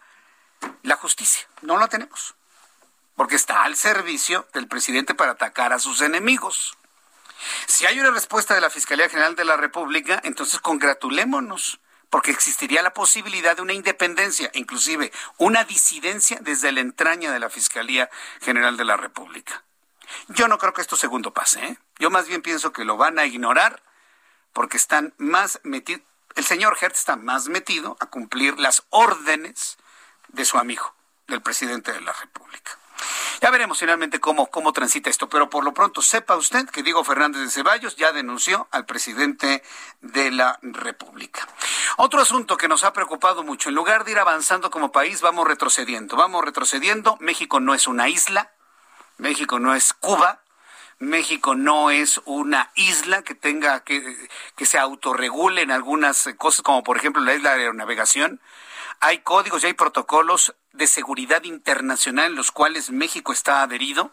la justicia. No la tenemos, porque está al servicio del presidente para atacar a sus enemigos. Si hay una respuesta de la Fiscalía General de la República, entonces congratulémonos, porque existiría la posibilidad de una independencia, inclusive una disidencia desde la entraña de la Fiscalía General de la República. Yo no creo que esto segundo pase, ¿eh? Yo más bien pienso que lo van a ignorar porque están más metidos, el señor Gertz está más metido a cumplir las órdenes de su amigo, del presidente de la República. Ya veremos finalmente cómo, cómo transita esto, pero por lo pronto sepa usted que Diego Fernández de Ceballos ya denunció al presidente de la República. Otro asunto que nos ha preocupado mucho, en lugar de ir avanzando como país, vamos retrocediendo, vamos retrocediendo. México no es una isla, México no es Cuba, México no es una isla que tenga que, que se autorregule en algunas cosas, como por ejemplo la isla de aeronavegación. Hay códigos y hay protocolos de seguridad internacional en los cuales México está adherido,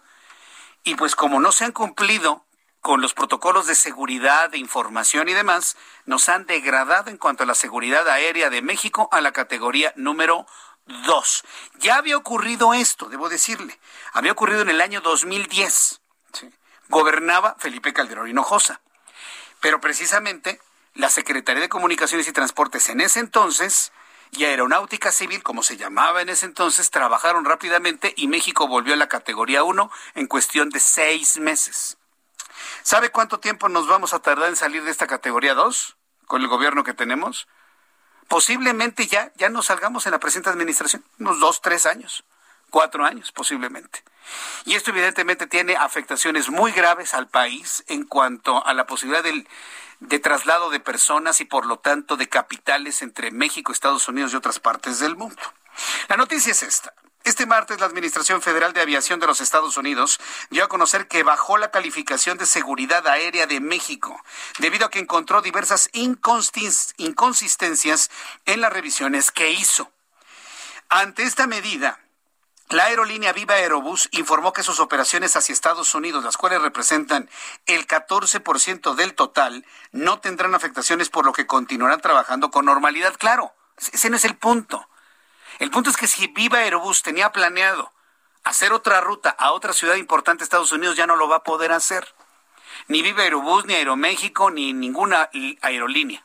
y pues como no se han cumplido con los protocolos de seguridad, de información y demás, nos han degradado en cuanto a la seguridad aérea de México a la categoría número dos. Ya había ocurrido esto, debo decirle, había ocurrido en el año dos mil diez. ¿Sí? Gobernaba Felipe Calderón Hinojosa, pero precisamente la Secretaría de Comunicaciones y Transportes en ese entonces y Aeronáutica Civil, como se llamaba en ese entonces, trabajaron rápidamente y México volvió a la categoría uno en cuestión de seis meses. ¿Sabe cuánto tiempo nos vamos a tardar en salir de esta categoría dos con el gobierno que tenemos? Posiblemente ya, ya nos salgamos en la presente administración, unos dos, tres años. cuatro años posiblemente. Y esto evidentemente tiene afectaciones muy graves al país en cuanto a la posibilidad del, de traslado de personas y por lo tanto de capitales entre México, Estados Unidos y otras partes del mundo. La noticia es esta. Este martes la Administración Federal de Aviación de los Estados Unidos dio a conocer que bajó la calificación de seguridad aérea de México debido a que encontró diversas inconsistencias en las revisiones que hizo. Ante esta medida, la aerolínea Viva Aerobús informó que sus operaciones hacia Estados Unidos, las cuales representan el catorce por ciento del total, no tendrán afectaciones, por lo que continuarán trabajando con normalidad. Claro, ese no es el punto. El punto es que si Viva Aerobús tenía planeado hacer otra ruta a otra ciudad importante de Estados Unidos, ya no lo va a poder hacer. Ni Viva Aerobús, ni Aeroméxico, ni ninguna aerolínea.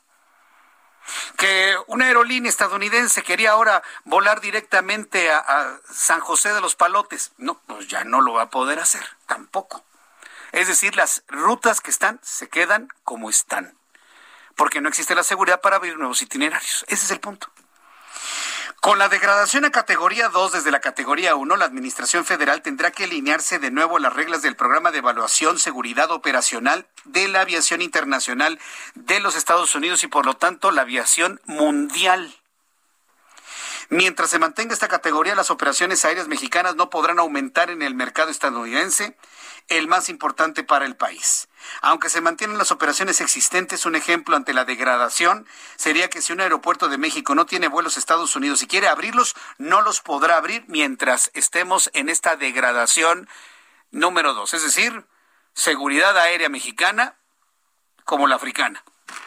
Que una aerolínea estadounidense quería ahora volar directamente a, a San José de los Palotes. No, pues ya no lo va a poder hacer, tampoco. Es decir, las rutas que están se quedan como están, porque no existe la seguridad para abrir nuevos itinerarios. Ese es el punto. Con la degradación a categoría dos desde la categoría uno, la Administración Federal tendrá que alinearse de nuevo a las reglas del Programa de Evaluación Seguridad Operacional de la Aviación Internacional de los Estados Unidos y, por lo tanto, la aviación mundial. Mientras se mantenga esta categoría, las operaciones aéreas mexicanas no podrán aumentar en el mercado estadounidense, el más importante para el país. Aunque se mantienen las operaciones existentes, un ejemplo ante la degradación sería que si un aeropuerto de México no tiene vuelos a Estados Unidos y quiere abrirlos, no los podrá abrir mientras estemos en esta degradación número dos. Es decir, seguridad aérea mexicana como la africana.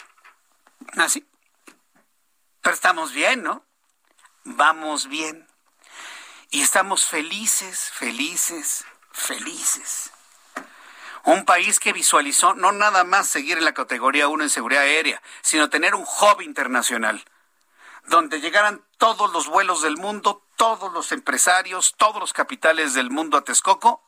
Así. Pero estamos bien, ¿no? Vamos bien. Y estamos felices, felices, felices. Un país que visualizó no nada más seguir en la categoría uno en seguridad aérea, sino tener un hub internacional, donde llegaran todos los vuelos del mundo, todos los empresarios, todos los capitales del mundo a Texcoco,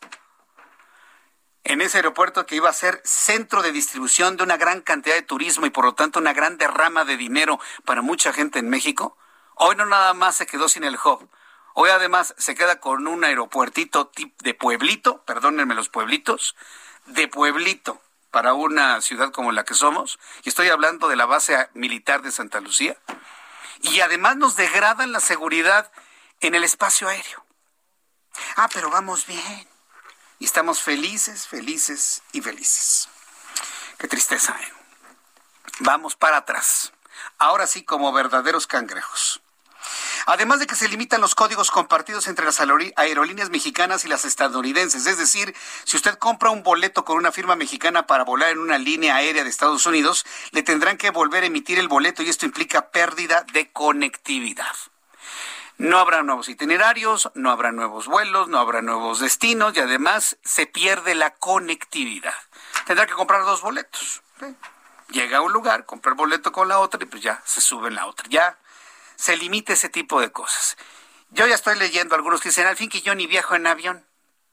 en ese aeropuerto que iba a ser centro de distribución de una gran cantidad de turismo y por lo tanto una gran derrama de dinero para mucha gente en México. Hoy no nada más se quedó sin el hub. Hoy además se queda con un aeropuertito de pueblito, perdónenme los pueblitos, de pueblito para una ciudad como la que somos, y estoy hablando de la base militar de Santa Lucía, y además nos degradan la seguridad en el espacio aéreo. Ah, pero vamos bien, y estamos felices, felices y felices. Qué tristeza, ¿eh? Vamos para atrás, ahora sí como verdaderos cangrejos. Además de que se limitan los códigos compartidos entre las aerolíneas mexicanas y las estadounidenses. Es decir, si usted compra un boleto con una firma mexicana para volar en una línea aérea de Estados Unidos, le tendrán que volver a emitir el boleto y esto implica pérdida de conectividad. No habrá nuevos itinerarios, no habrá nuevos vuelos, no habrá nuevos destinos y además se pierde la conectividad. Tendrá que comprar dos boletos. ¿Sí? Llega a un lugar, compra el boleto con la otra y pues ya se sube en la otra. Ya se limita ese tipo de cosas. Yo ya estoy leyendo algunos que dicen, al fin que yo ni viajo en avión.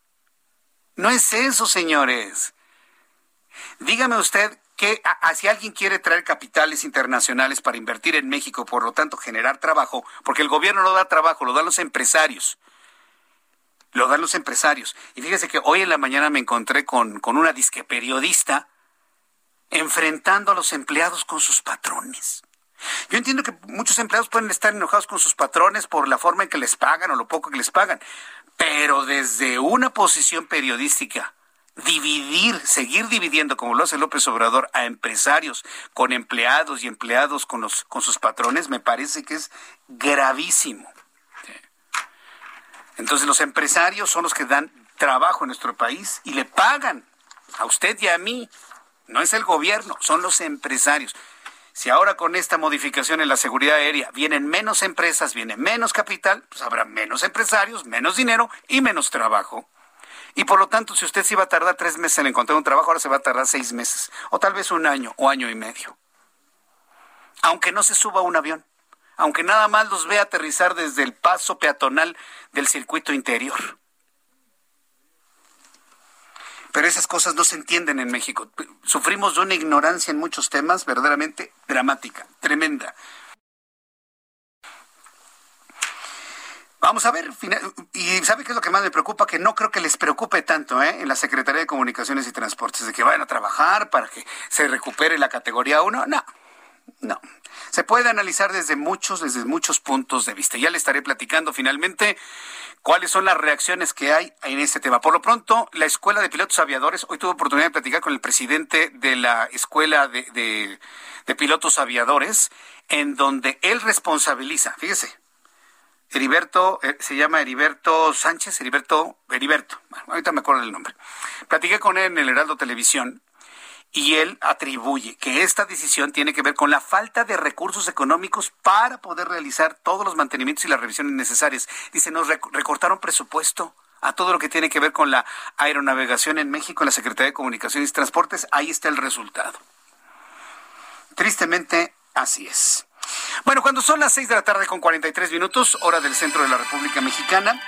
No es eso, señores. Dígame usted que a, a, si alguien quiere traer capitales internacionales para invertir en México, por lo tanto generar trabajo, porque el gobierno no da trabajo, lo dan los empresarios. Lo dan los empresarios. Y fíjese que hoy en la mañana me encontré con, con una disque periodista enfrentando a los empleados con sus patrones. Yo entiendo que muchos empleados pueden estar enojados con sus patrones por la forma en que les pagan o lo poco que les pagan, pero desde una posición periodística, dividir, seguir dividiendo como lo hace López Obrador a empresarios con empleados y empleados con los con sus patrones, me parece que es gravísimo. Entonces los empresarios son los que dan trabajo en nuestro país y le pagan a usted y a mí. No es el gobierno, son los empresarios. Si ahora con esta modificación en la seguridad aérea vienen menos empresas, viene menos capital, pues habrá menos empresarios, menos dinero y menos trabajo. Y por lo tanto, si usted se iba a tardar tres meses en encontrar un trabajo, ahora se va a tardar seis meses, o tal vez un año, o año y medio. Aunque no se suba a un avión, aunque nada más los vea aterrizar desde el paso peatonal del circuito interior. Pero esas cosas no se entienden en México. Sufrimos de una ignorancia en muchos temas verdaderamente dramática, tremenda. Vamos a ver, y ¿sabe qué es lo que más me preocupa? Que no creo que les preocupe tanto ¿eh? en la Secretaría de Comunicaciones y Transportes, de que vayan a trabajar para que se recupere la categoría uno. No, no. Se puede analizar desde muchos, desde muchos puntos de vista. Ya le estaré platicando finalmente cuáles son las reacciones que hay en este tema. Por lo pronto, la Escuela de Pilotos Aviadores, hoy tuve oportunidad de platicar con el presidente de la Escuela de, de, de Pilotos Aviadores, en donde él responsabiliza, fíjese, Heriberto, eh, se llama Heriberto Sánchez, Heriberto, Heriberto, bueno, ahorita me acuerdo del nombre. Platiqué con él en el Heraldo Televisión y él atribuye que esta decisión tiene que ver con la falta de recursos económicos para poder realizar todos los mantenimientos y las revisiones necesarias. Dice, nos rec- recortaron presupuesto a todo lo que tiene que ver con la aeronavegación en México, en la Secretaría de Comunicaciones y Transportes. Ahí está el resultado. Tristemente, así es. Bueno, cuando son las seis de la tarde con cuarenta y tres minutos, hora del centro de la República Mexicana,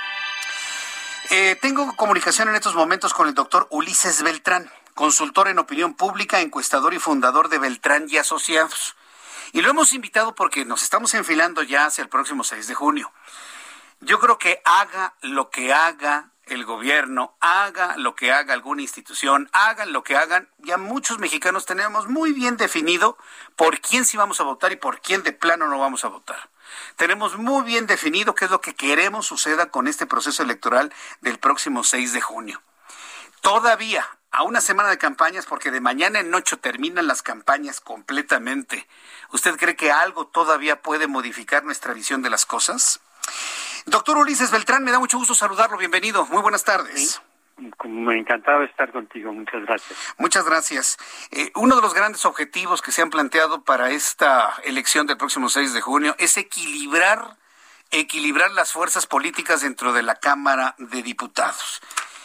eh, tengo comunicación en estos momentos con el doctor Ulises Beltrán, consultor en opinión pública, encuestador y fundador de Beltrán y Asociados. Y lo hemos invitado porque nos estamos enfilando ya hacia el próximo seis de junio. Yo creo que haga lo que haga el gobierno, haga lo que haga alguna institución, hagan lo que hagan, ya muchos mexicanos tenemos muy bien definido por quién sí vamos a votar y por quién de plano no vamos a votar. Tenemos muy bien definido qué es lo que queremos suceda con este proceso electoral del próximo seis de junio. Todavía, a una semana de campañas, porque de mañana en ocho terminan las campañas completamente, ¿usted cree que algo todavía puede modificar nuestra visión de las cosas? Doctor Ulises Beltrán, me da mucho gusto saludarlo. Bienvenido. Muy buenas tardes. Sí, me encantaba estar contigo. Muchas gracias. Muchas gracias. Eh, uno de los grandes objetivos que se han planteado para esta elección del próximo seis de junio es equilibrar, equilibrar las fuerzas políticas dentro de la Cámara de Diputados.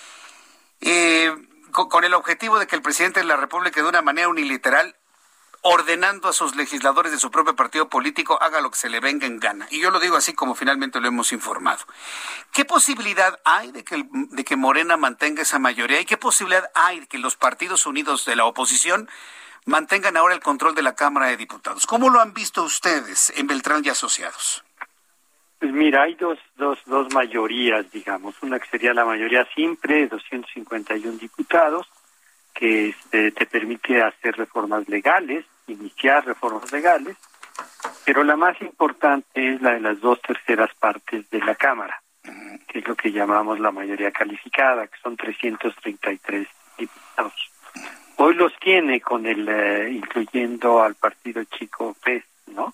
Eh, con, con el objetivo de que el presidente de la República, de una manera unilateral, ordenando a sus legisladores de su propio partido político, haga lo que se le venga en gana. Y yo lo digo así como finalmente lo hemos informado. ¿Qué posibilidad hay de que, el, de que Morena mantenga esa mayoría? ¿Y qué posibilidad hay de que los partidos unidos de la oposición mantengan ahora el control de la Cámara de Diputados? ¿Cómo lo han visto ustedes en Beltrán y Asociados? Pues mira, hay dos, dos, dos mayorías, digamos. Una que sería la mayoría simple, doscientos cincuenta y uno diputados, que este, te permite hacer reformas legales, iniciar reformas legales, pero la más importante es la de las dos terceras partes de la Cámara, que es lo que llamamos la mayoría calificada, que son trescientos treinta y tres diputados. Hoy los tiene con el, eh, incluyendo al partido chico P E S, ¿no?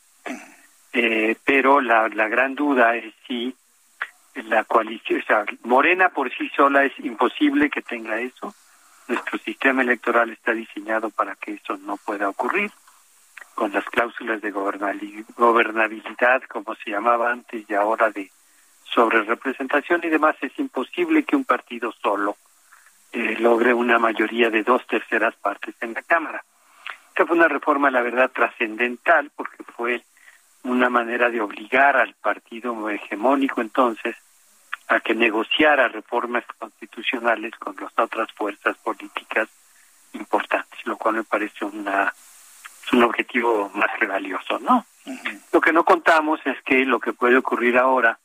Eh, pero la, la gran duda es si la coalición, o sea, Morena por sí sola es imposible que tenga eso. Nuestro sistema electoral está diseñado para que eso no pueda ocurrir, con las cláusulas de gobernabilidad, como se llamaba antes, y ahora de sobrerepresentación y demás. Es imposible que un partido solo eh, logre una mayoría de dos terceras partes en la Cámara. Esta fue una reforma, la verdad, trascendental, porque fue una manera de obligar al partido hegemónico entonces a que negociara reformas constitucionales con las otras fuerzas políticas importantes, lo cual me parece una, es un objetivo más que valioso, ¿no? Uh-huh. Lo que no contamos es que lo que puede ocurrir ahora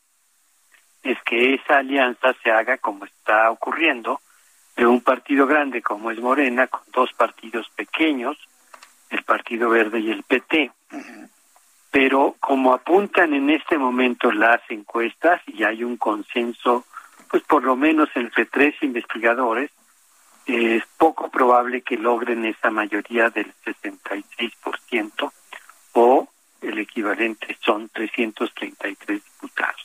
es que esa alianza se haga como está ocurriendo, de un partido grande como es Morena, con dos partidos pequeños, el Partido Verde y el P T. Uh-huh. Pero como apuntan en este momento las encuestas, y hay un consenso, pues por lo menos entre tres investigadores, eh, es poco probable que logren esa mayoría del sesenta y seis por ciento, o el equivalente son trescientos treinta y tres diputados.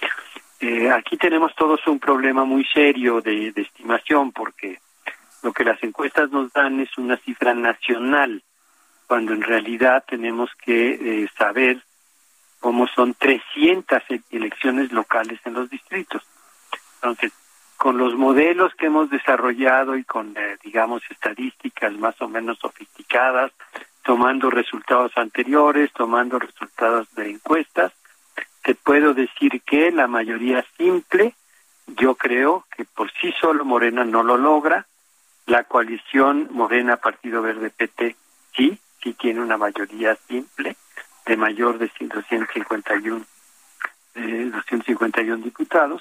Eh, aquí tenemos todos un problema muy serio de, de estimación, porque lo que las encuestas nos dan es una cifra nacional, cuando en realidad tenemos que eh, saber cómo son trescientas elecciones locales en los distritos. Entonces, con los modelos que hemos desarrollado y con, eh, digamos, estadísticas más o menos sofisticadas, tomando resultados anteriores, tomando resultados de encuestas, te puedo decir que la mayoría simple, yo creo que por sí solo Morena no lo logra. La coalición Morena, Partido Verde, P T, sí, sí tiene una mayoría simple de mayor de ciento cincuenta y uno eh, doscientos cincuenta y uno diputados,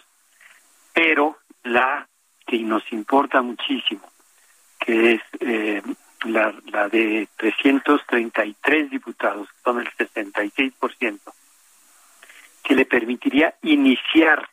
pero la que nos importa muchísimo, que es eh, la, la de trescientos treinta y tres diputados, que son el sesenta y seis por ciento, que le permitiría iniciar,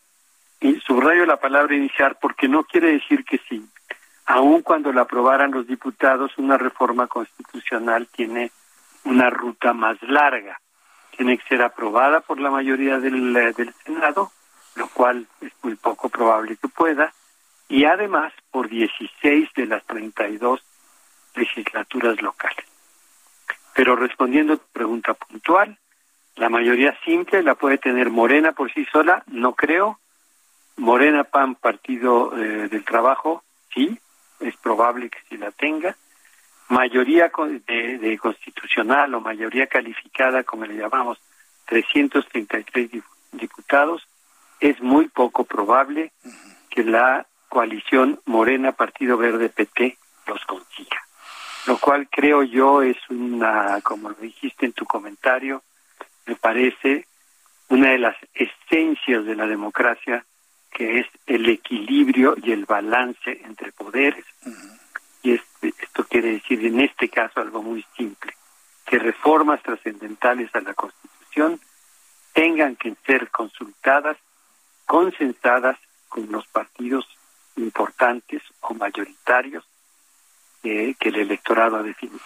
y subrayo la palabra iniciar porque no quiere decir que sí, aun cuando la aprobaran los diputados, una reforma constitucional tiene una ruta más larga. Tiene que ser aprobada por la mayoría del, del Senado, lo cual es muy poco probable que pueda, y además por dieciséis de las treinta y dos legislaturas locales. Pero respondiendo a tu pregunta puntual, la mayoría simple la puede tener Morena por sí sola, no creo. Morena, P A N, Partido eh, del Trabajo, sí, es probable que sí la tenga. Mayoría de, de constitucional o mayoría calificada, como le llamamos, trescientos treinta y tres diputados, es muy poco probable que la coalición Morena, Partido Verde, P T los consiga. Lo cual creo yo es una, como lo dijiste en tu comentario, me parece una de las esencias de la democracia, que es el equilibrio y el balance entre poderes. Uh-huh. Y este, esto quiere decir, en este caso, algo muy simple, que reformas trascendentales a la Constitución tengan que ser consultadas, consensadas con los partidos importantes o mayoritarios eh, que el electorado ha definido.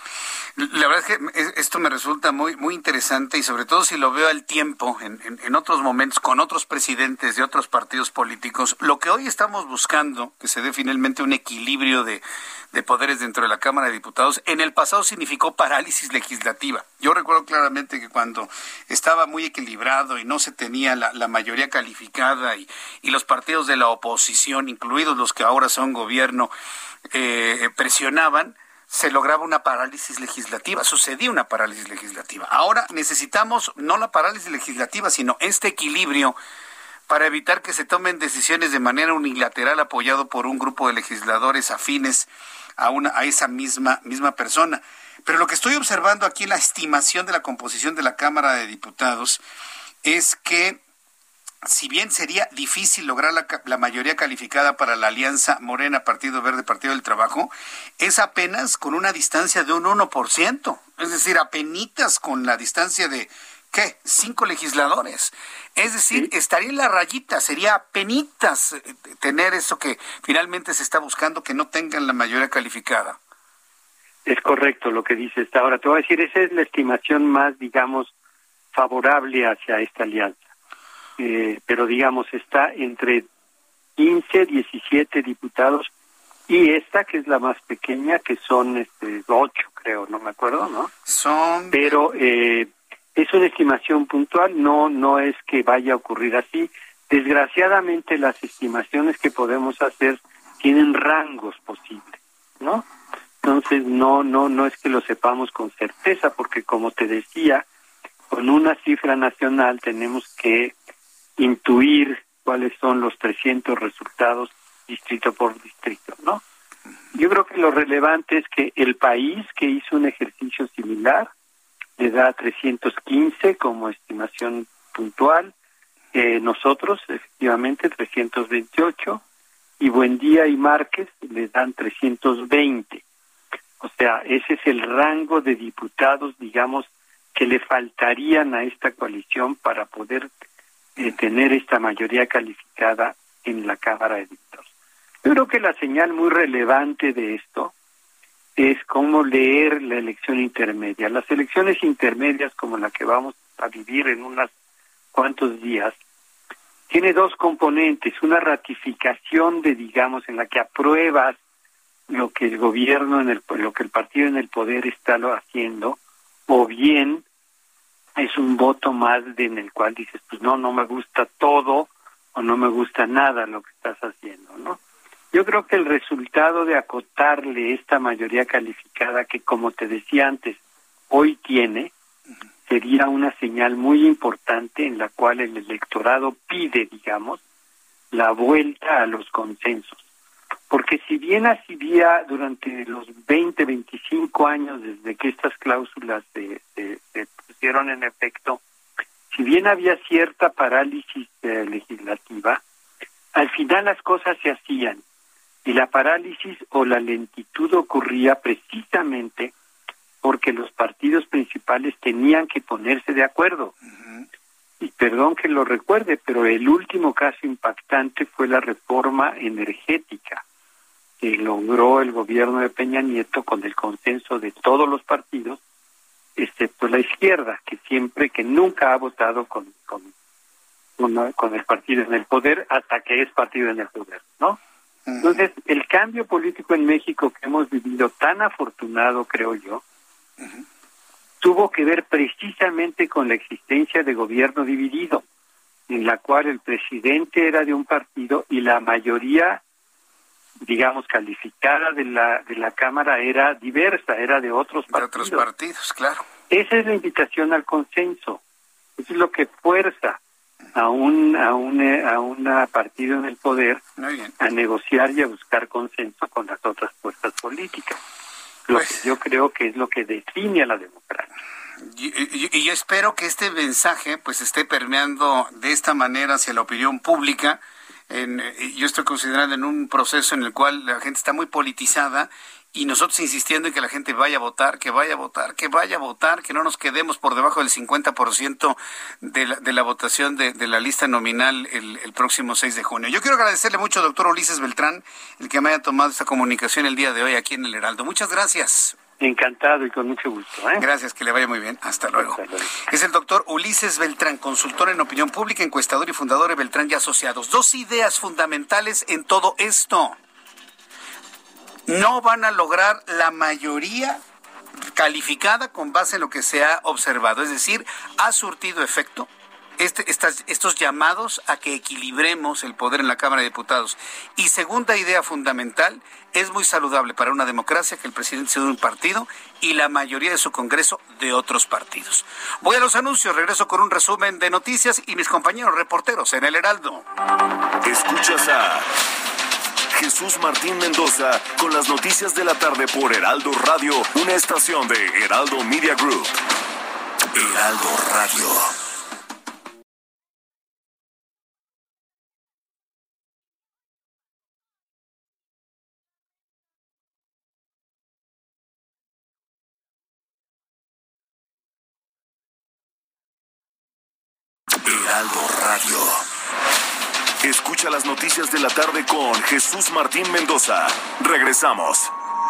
La verdad es que esto me resulta muy muy interesante y sobre todo si lo veo al tiempo, en, en, en otros momentos, con otros presidentes de otros partidos políticos. Lo que hoy estamos buscando, que se dé finalmente un equilibrio de, de poderes dentro de la Cámara de Diputados, en el pasado significó parálisis legislativa. Yo recuerdo claramente que cuando estaba muy equilibrado y no se tenía la, la mayoría calificada y, y los partidos de la oposición, incluidos los que ahora son gobierno, eh, presionaban, se lograba una parálisis legislativa, sucedía una parálisis legislativa. Ahora necesitamos no la parálisis legislativa, sino este equilibrio para evitar que se tomen decisiones de manera unilateral apoyado por un grupo de legisladores afines a una a esa misma misma persona. Pero lo que estoy observando aquí en la estimación de la composición de la Cámara de Diputados es que si bien sería difícil lograr la, la mayoría calificada para la alianza Morena, Partido Verde, Partido del Trabajo, es apenas con una distancia de un uno por ciento. Es decir, apenitas con la distancia de, ¿qué? Cinco legisladores. Es decir, sí, estaría en la rayita, sería apenitas tener eso que finalmente se está buscando, que no tengan la mayoría calificada. Es correcto lo que dices. Ahora, te voy a decir, esa es la estimación más, digamos, favorable hacia esta alianza. Eh, pero digamos está entre quince, diecisiete diputados y esta que es la más pequeña, que son este ocho, creo, no me acuerdo, ¿no? Son pero eh, es una estimación puntual, no no es que vaya a ocurrir así. Desgraciadamente las estimaciones que podemos hacer tienen rangos posibles, ¿no? Entonces no no no es que lo sepamos con certeza, porque como te decía, con una cifra nacional tenemos que intuir cuáles son los trescientos resultados distrito por distrito, ¿no? Yo creo que lo relevante es que el país, que hizo un ejercicio similar, le da trescientos quince como estimación puntual, eh, nosotros efectivamente trescientos veintiocho, y Buendía y Márquez le dan trescientos veinte. O sea, ese es el rango de diputados, digamos, que le faltarían a esta coalición para poder Eh, tener esta mayoría calificada en la Cámara de Diputados. Yo creo que la señal muy relevante de esto es cómo leer la elección intermedia. Las elecciones intermedias, como la que vamos a vivir en unos cuantos días, tiene dos componentes: una ratificación de, digamos, en la que apruebas lo que el gobierno, en el lo que el partido en el poder está lo haciendo, o bien es un voto más de, en el cual dices, pues no, no me gusta todo o no me gusta nada lo que estás haciendo, ¿no? Yo creo que el resultado de acotarle esta mayoría calificada que, como te decía antes, hoy tiene, sería una señal muy importante en la cual el electorado pide, digamos, la vuelta a los consensos. Porque si bien así había durante los veinte, veinticinco años desde que estas cláusulas se, se, se pusieron en efecto, si si bien había cierta parálisis eh, legislativa, al final las cosas se hacían y la parálisis o la lentitud ocurría precisamente porque los partidos principales tenían que ponerse de acuerdo. Uh-huh. Y perdón que lo recuerde, pero el último caso impactante fue la reforma energética que logró el gobierno de Peña Nieto con el consenso de todos los partidos, excepto la izquierda, que siempre, que nunca ha votado con con, con, con el partido en el poder hasta que es partido en el poder, ¿no? Uh-huh. Entonces, el cambio político en México que hemos vivido tan afortunado, creo yo, uh-huh, tuvo que ver precisamente con la existencia de gobierno dividido, en la cual el presidente era de un partido y la mayoría, digamos, calificada de la de la Cámara era diversa, era de otros partidos. De otros partidos, claro. Esa es la invitación al consenso. Eso es lo que fuerza a un a un a un partido en el poder a negociar y a buscar consenso con las otras fuerzas políticas. Lo pues, que yo creo que es lo que define a la democracia. Y, y, y yo espero que este mensaje pues esté permeando de esta manera hacia la opinión pública. En, yo estoy considerando en un proceso en el cual la gente está muy politizada y nosotros insistiendo en que la gente vaya a votar, que vaya a votar, que vaya a votar, que no nos quedemos por debajo del cincuenta por ciento de la, de la votación de, de la lista nominal el, el próximo seis de junio. Yo quiero agradecerle mucho al doctor Ulises Beltrán el que me haya tomado esta comunicación el día de hoy aquí en el Heraldo. Muchas gracias. Encantado y con mucho gusto. ¿eh? Gracias, que le vaya muy bien. Hasta luego. Hasta luego. Es el doctor Ulises Beltrán, consultor en opinión pública, encuestador y fundador de Beltrán y Asociados. Dos ideas fundamentales en todo esto. No van a lograr la mayoría calificada con base en lo que se ha observado. Es decir, ha surtido efecto este, estas, estos llamados a que equilibremos el poder en la Cámara de Diputados. Y segunda idea fundamental, es muy saludable para una democracia que el presidente sea de un partido y la mayoría de su Congreso de otros partidos. Voy a los anuncios, regreso con un resumen de noticias y mis compañeros reporteros en el Heraldo. Escuchas a Jesús Martín Mendoza con las noticias de la tarde por Heraldo Radio, una estación de Heraldo Media Group. Heraldo Radio. Heraldo Radio. Escucha las noticias de la tarde con Jesús Martín Mendoza. Regresamos.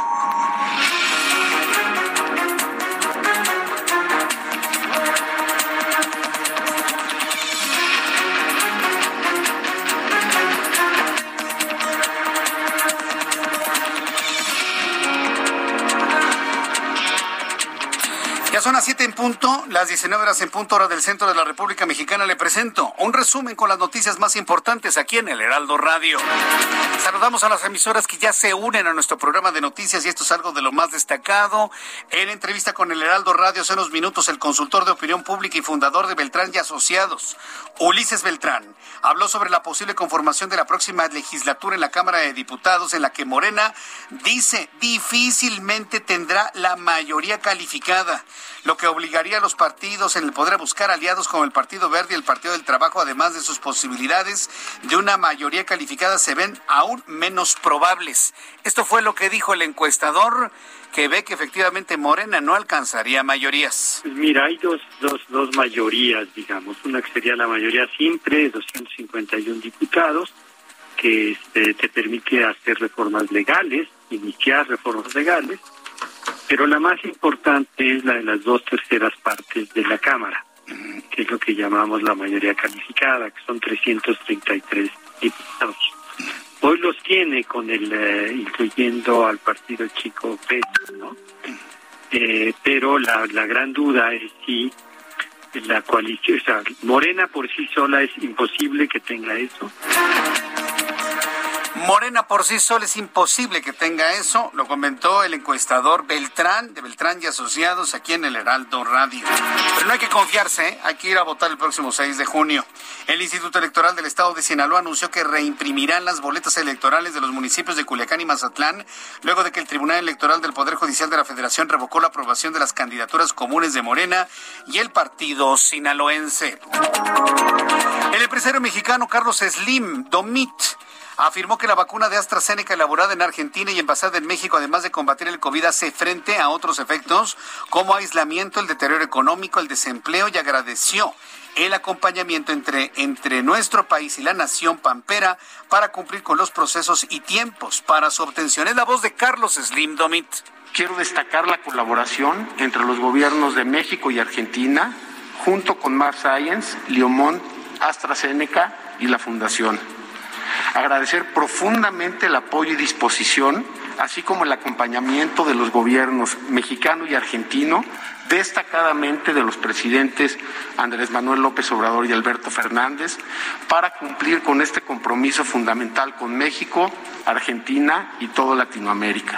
Ya son las siete en punto, las diecinueve horas en punto, hora del centro de la República Mexicana. Le presento un resumen con las noticias más importantes aquí en el Heraldo Radio. Saludamos a las emisoras que ya se unen a nuestro programa de noticias y esto es algo de lo más destacado. En entrevista con el Heraldo Radio hace unos minutos, el consultor de opinión pública y fundador de Beltrán y Asociados, Ulises Beltrán, habló sobre la posible conformación de la próxima legislatura en la Cámara de Diputados, en la que Morena dice difícilmente tendrá la mayoría calificada, lo que obligaría a los partidos en el poder a buscar aliados como el Partido Verde y el Partido del Trabajo. Además de sus posibilidades de una mayoría calificada se ven aún menos probables. Esto fue lo que dijo el encuestador, que ve que efectivamente Morena no alcanzaría mayorías. Pues mira, hay dos, dos, dos mayorías, digamos. Una que sería la mayoría simple, doscientos cincuenta y uno diputados, que este, te permite hacer reformas legales, iniciar reformas legales, pero la más importante es la de las dos terceras partes de la Cámara, que es lo que llamamos la mayoría calificada, que son trescientos treinta y tres diputados. Hoy los tiene con el, eh, incluyendo al partido chico P E S, ¿no? Eh, pero la, la gran duda es si la coalición, o sea, Morena por sí sola es imposible que tenga eso. Morena por sí sola es imposible que tenga eso, lo comentó el encuestador Beltrán, de Beltrán y Asociados, aquí en el Heraldo Radio. Pero no hay que confiarse, ¿eh? Hay que ir a votar el próximo seis de junio. El Instituto Electoral del Estado de Sinaloa anunció que reimprimirán las boletas electorales de los municipios de Culiacán y Mazatlán, luego de que el Tribunal Electoral del Poder Judicial de la Federación revocó la aprobación de las candidaturas comunes de Morena y el partido sinaloense. El empresario mexicano Carlos Slim Domit afirmó que la vacuna de AstraZeneca elaborada en Argentina y envasada en México, además de combatir el COVID, hace frente a otros efectos como aislamiento, el deterioro económico, el desempleo, y agradeció el acompañamiento entre, entre nuestro país y la nación pampera para cumplir con los procesos y tiempos para su obtención. Es la voz de Carlos Slim Domit. Quiero destacar la colaboración entre los gobiernos de México y Argentina, junto con Mars Science, Liomont, AstraZeneca y la Fundación. Agradecer profundamente el apoyo y disposición, así como el acompañamiento de los gobiernos mexicano y argentino, destacadamente de los presidentes Andrés Manuel López Obrador y Alberto Fernández, para cumplir con este compromiso fundamental con México, Argentina y toda Latinoamérica.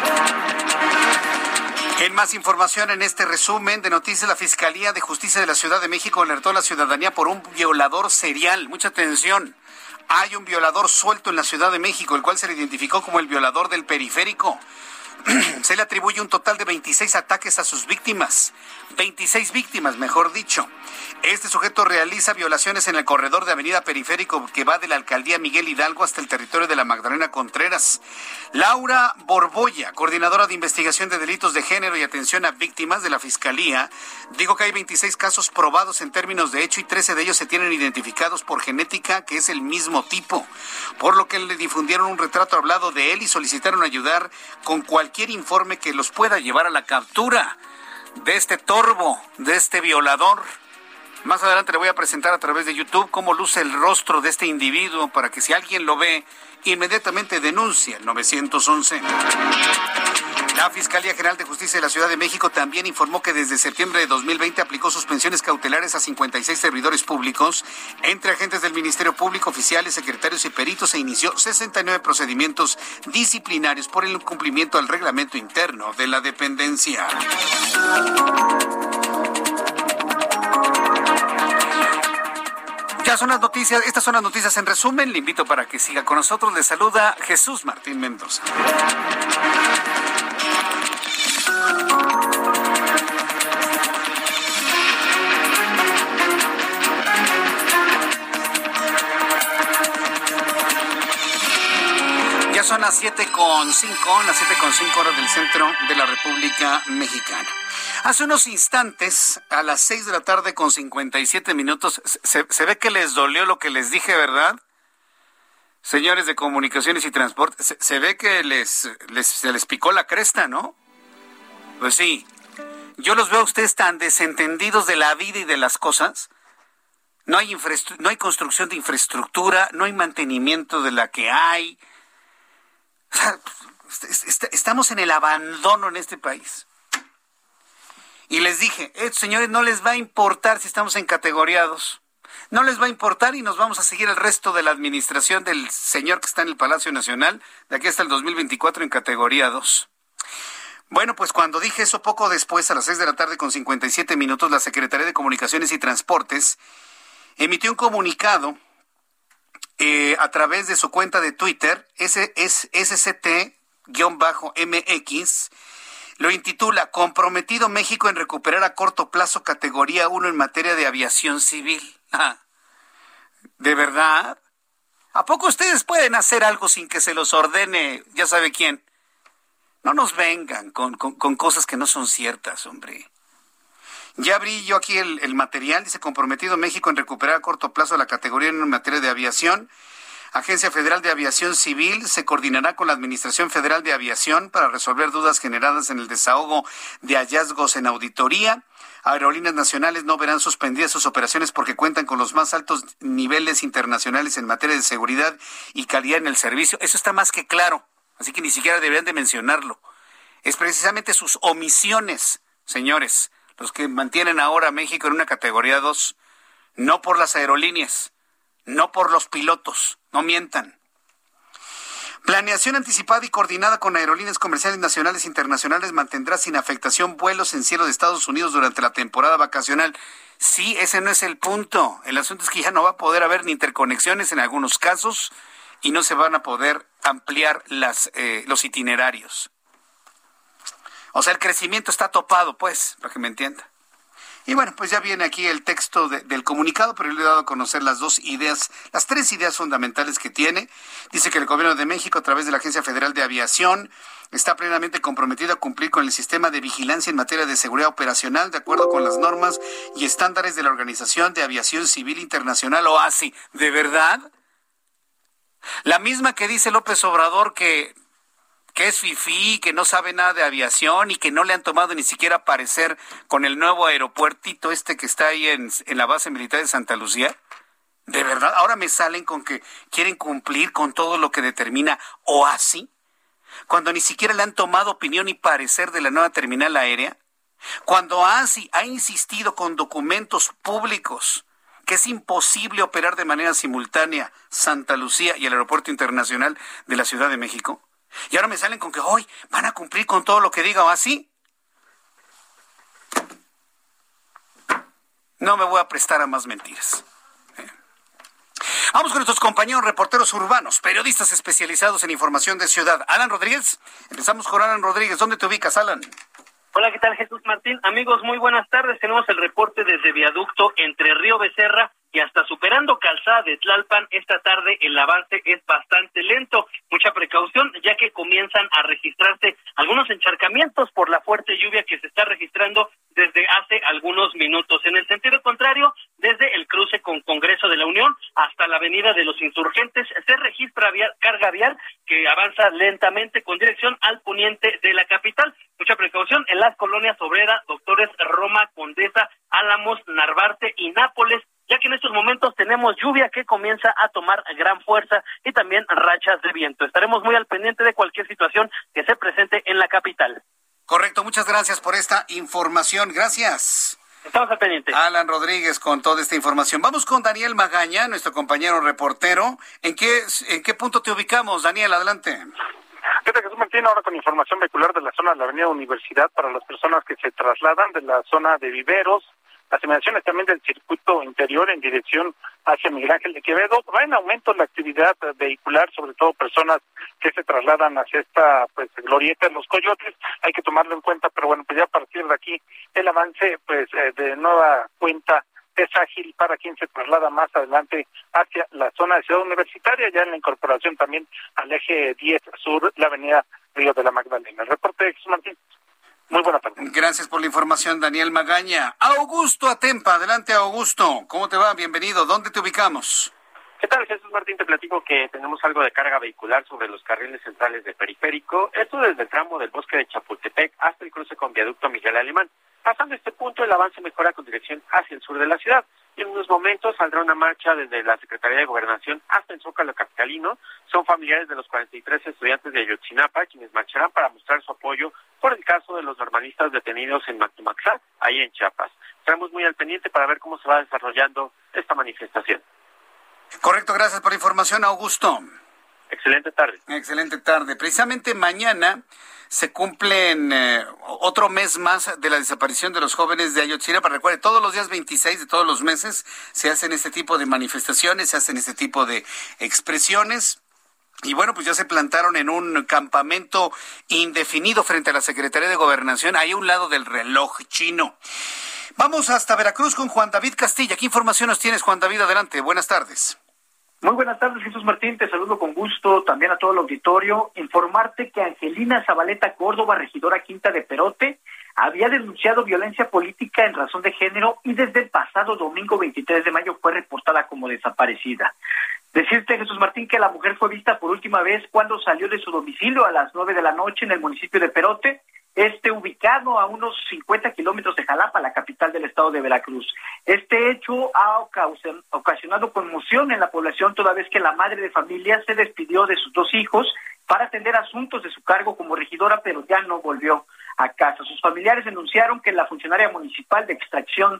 En más información en este resumen de noticias, la Fiscalía de Justicia de la Ciudad de México alertó a la ciudadanía por un violador serial. Mucha atención. Hay un violador suelto en la Ciudad de México, el cual se le identificó como el violador del periférico. Se le atribuye un total de veintiséis ataques a sus víctimas. veintiséis víctimas, mejor dicho. Este sujeto realiza violaciones en el corredor de Avenida Periférico que va de la Alcaldía Miguel Hidalgo hasta el territorio de la Magdalena Contreras. Laura Borbolla, coordinadora de investigación de delitos de género y atención a víctimas de la Fiscalía, dijo que hay veintiséis casos probados en términos de hecho y trece de ellos se tienen identificados por genética, que es el mismo tipo, por lo que le difundieron un retrato hablado de él y solicitaron ayudar con cualquier informe que los pueda llevar a la captura de este torbo, de este violador. Más adelante le voy a presentar a través de YouTube cómo luce el rostro de este individuo para que si alguien lo ve, inmediatamente denuncie al nueve once. La Fiscalía General de Justicia de la Ciudad de México también informó que desde septiembre de dos mil veinte aplicó suspensiones cautelares a cincuenta y seis servidores públicos, entre agentes del Ministerio Público, oficiales, secretarios y peritos, e inició sesenta y nueve procedimientos disciplinarios por el incumplimiento al reglamento interno de la dependencia. Ya son las noticias, estas son las noticias en resumen. Le invito para que siga con nosotros. Le saluda Jesús Martín Mendoza. Ya son las siete con cinco, las siete con cinco horas del centro de la República Mexicana. Hace unos instantes, a las seis de la tarde con cincuenta y siete minutos, se, se ve que les dolió lo que les dije, ¿verdad? Señores de Comunicaciones y Transporte, se, se ve que les, les, se les picó la cresta, ¿no? Pues sí, yo los veo a ustedes tan desentendidos de la vida y de las cosas. No hay, infraestru- no hay construcción de infraestructura, no hay mantenimiento de la que hay. O sea, est- est- estamos en el abandono en este país. Y les dije, estos señores no les va a importar si estamos en categoría dos. No les va a importar y nos vamos a seguir el resto de la administración del señor que está en el Palacio Nacional, de aquí hasta el dos mil veinticuatro en categoría dos. Bueno, pues cuando dije eso, poco después, a las seis de la tarde con cincuenta y siete minutos, la Secretaría de Comunicaciones y Transportes emitió un comunicado eh, a través de su cuenta de Twitter, S C T M X, lo intitula "Comprometido México en recuperar a corto plazo categoría uno en materia de aviación civil". Ah, ¿de verdad? ¿A poco ustedes pueden hacer algo sin que se los ordene ya sabe quién? No nos vengan con, con, con cosas que no son ciertas, hombre. Ya abrí yo aquí el, el material, dice: "Comprometido México en recuperar a corto plazo la categoría en materia de aviación. Agencia Federal de Aviación Civil se coordinará con la Administración Federal de Aviación para resolver dudas generadas en el desahogo de hallazgos en auditoría. Aerolíneas nacionales no verán suspendidas sus operaciones porque cuentan con los más altos niveles internacionales en materia de seguridad y calidad en el servicio". Eso está más que claro, así que ni siquiera deberían de mencionarlo. Es precisamente sus omisiones, señores, los que mantienen ahora a México en una categoría dos, no por las aerolíneas, no por los pilotos, no mientan. Planeación anticipada y coordinada con aerolíneas comerciales nacionales e internacionales mantendrá sin afectación vuelos en cielo de Estados Unidos durante la temporada vacacional. Sí, ese no es el punto. El asunto es que ya no va a poder haber ni interconexiones en algunos casos y no se van a poder ampliar las eh, los itinerarios. O sea, el crecimiento está topado, pues, para que me entienda. Y bueno, pues ya viene aquí el texto de, del comunicado, pero yo le he dado a conocer las dos ideas, las tres ideas fundamentales que tiene. Dice que el Gobierno de México, a través de la Agencia Federal de Aviación, está plenamente comprometido a cumplir con el sistema de vigilancia en materia de seguridad operacional, de acuerdo con las normas y estándares de la Organización de Aviación Civil Internacional, o A S I. ¿De verdad? La misma que dice López Obrador que... que es fifí, que no sabe nada de aviación y que no le han tomado ni siquiera parecer con el nuevo aeropuertito este que está ahí en, en la base militar de Santa Lucía. ¿De verdad? Ahora me salen con que quieren cumplir con todo lo que determina O A S I, cuando ni siquiera le han tomado opinión y parecer de la nueva terminal aérea, cuando O A S I ha insistido con documentos públicos que es imposible operar de manera simultánea Santa Lucía y el Aeropuerto Internacional de la Ciudad de México. Y ahora me salen con que hoy van a cumplir con todo lo que diga O A S I. No me voy a prestar a más mentiras. Eh. Vamos con nuestros compañeros reporteros urbanos, periodistas especializados en información de ciudad. Alan Rodríguez. Empezamos con Alan Rodríguez. ¿Dónde te ubicas, Alan? Hola, ¿qué tal, Jesús Martín? Amigos, muy buenas tardes. Tenemos el reporte desde Viaducto entre Río Becerra y hasta superando Calzada de Tlalpan. Esta tarde el avance es bastante lento. Mucha precaución, ya que comienzan a registrarse algunos encharcamientos por la fuerte lluvia que se está registrando desde hace algunos minutos. En el sentido contrario, desde el cruce con Congreso de la Unión hasta la Avenida de los Insurgentes, se registra via- carga vial que avanza lentamente con dirección al poniente de la capital. Mucha precaución en las colonias Obrera, Doctores, Roma, Condesa, Álamos, Narvarte y Nápoles, ya que en estos momentos tenemos lluvia que comienza a tomar gran fuerza y también rachas de viento. Estaremos muy al pendiente de cualquier situación que se presente en la capital. Correcto, muchas gracias por esta información. Gracias. Estamos al pendiente. Alan Rodríguez con toda esta información. Vamos con Daniel Magaña, nuestro compañero reportero. ¿En qué, en qué punto te ubicamos, Daniel? Adelante. ¿Qué tal, Jesús Martín? Ahora con información vehicular de la zona de la Avenida Universidad para las personas que se trasladan de la zona de Viveros. Las inmediaciones también del circuito interior en dirección hacia Miguel Ángel de Quevedo. Va en aumento la actividad vehicular, sobre todo personas que se trasladan hacia esta pues glorieta de los Coyotes. Hay que tomarlo en cuenta, pero bueno, pues ya a partir de aquí el avance pues eh, de nueva cuenta es ágil para quien se traslada más adelante hacia la zona de Ciudad Universitaria, ya en la incorporación también al eje diez sur, la avenida Río de la Magdalena. El reporte de Jesús Martín. Muy buena tarde. Gracias por la información, Daniel Magaña. Augusto Atempa, adelante, Augusto. ¿Cómo te va? Bienvenido. ¿Dónde te ubicamos? ¿Qué tal, Jesús Martín? Te platico que tenemos algo de carga vehicular sobre los carriles centrales de Periférico. Esto desde el tramo del Bosque de Chapultepec hasta el cruce con Viaducto Miguel Alemán. Pasando este punto, el avance mejora con dirección hacia el sur de la ciudad. Y en unos momentos saldrá una marcha desde la Secretaría de Gobernación hasta el Zócalo capitalino. Son familiares de los cuarenta y tres estudiantes de Ayotzinapa quienes marcharán para mostrar su apoyo por el caso de los normalistas detenidos en Mactumaxá, ahí en Chiapas. Estaremos muy al pendiente para ver cómo se va desarrollando esta manifestación. Correcto, gracias por la información, Augusto. Excelente tarde. Excelente tarde. Precisamente mañana se cumplen eh, otro mes más de la desaparición de los jóvenes de Ayotzinapa. Recuerde, todos los días veintiséis de todos los meses se hacen este tipo de manifestaciones, se hacen este tipo de expresiones. Y bueno, pues ya se plantaron en un campamento indefinido frente a la Secretaría de Gobernación, ahí a un lado del reloj chino. Vamos hasta Veracruz con Juan David Castilla. ¿Qué información nos tienes, Juan David? Adelante, buenas tardes. Muy buenas tardes, Jesús Martín, te saludo con gusto, también a todo el auditorio. Informarte que Angelina Zabaleta Córdoba, regidora quinta de Perote, había denunciado violencia política en razón de género y desde el pasado domingo veintitrés de mayo fue reportada como desaparecida. Decirte, Jesús Martín, que la mujer fue vista por última vez cuando salió de su domicilio a las nueve de la noche en el municipio de Perote, este ubicado a unos cincuenta kilómetros de Jalapa, la capital del estado de Veracruz. Este hecho ha ocasionado conmoción en la población, toda vez que la madre de familia se despidió de sus dos hijos para atender asuntos de su cargo como regidora, pero ya no volvió a casa. Sus familiares denunciaron que la funcionaria municipal de extracción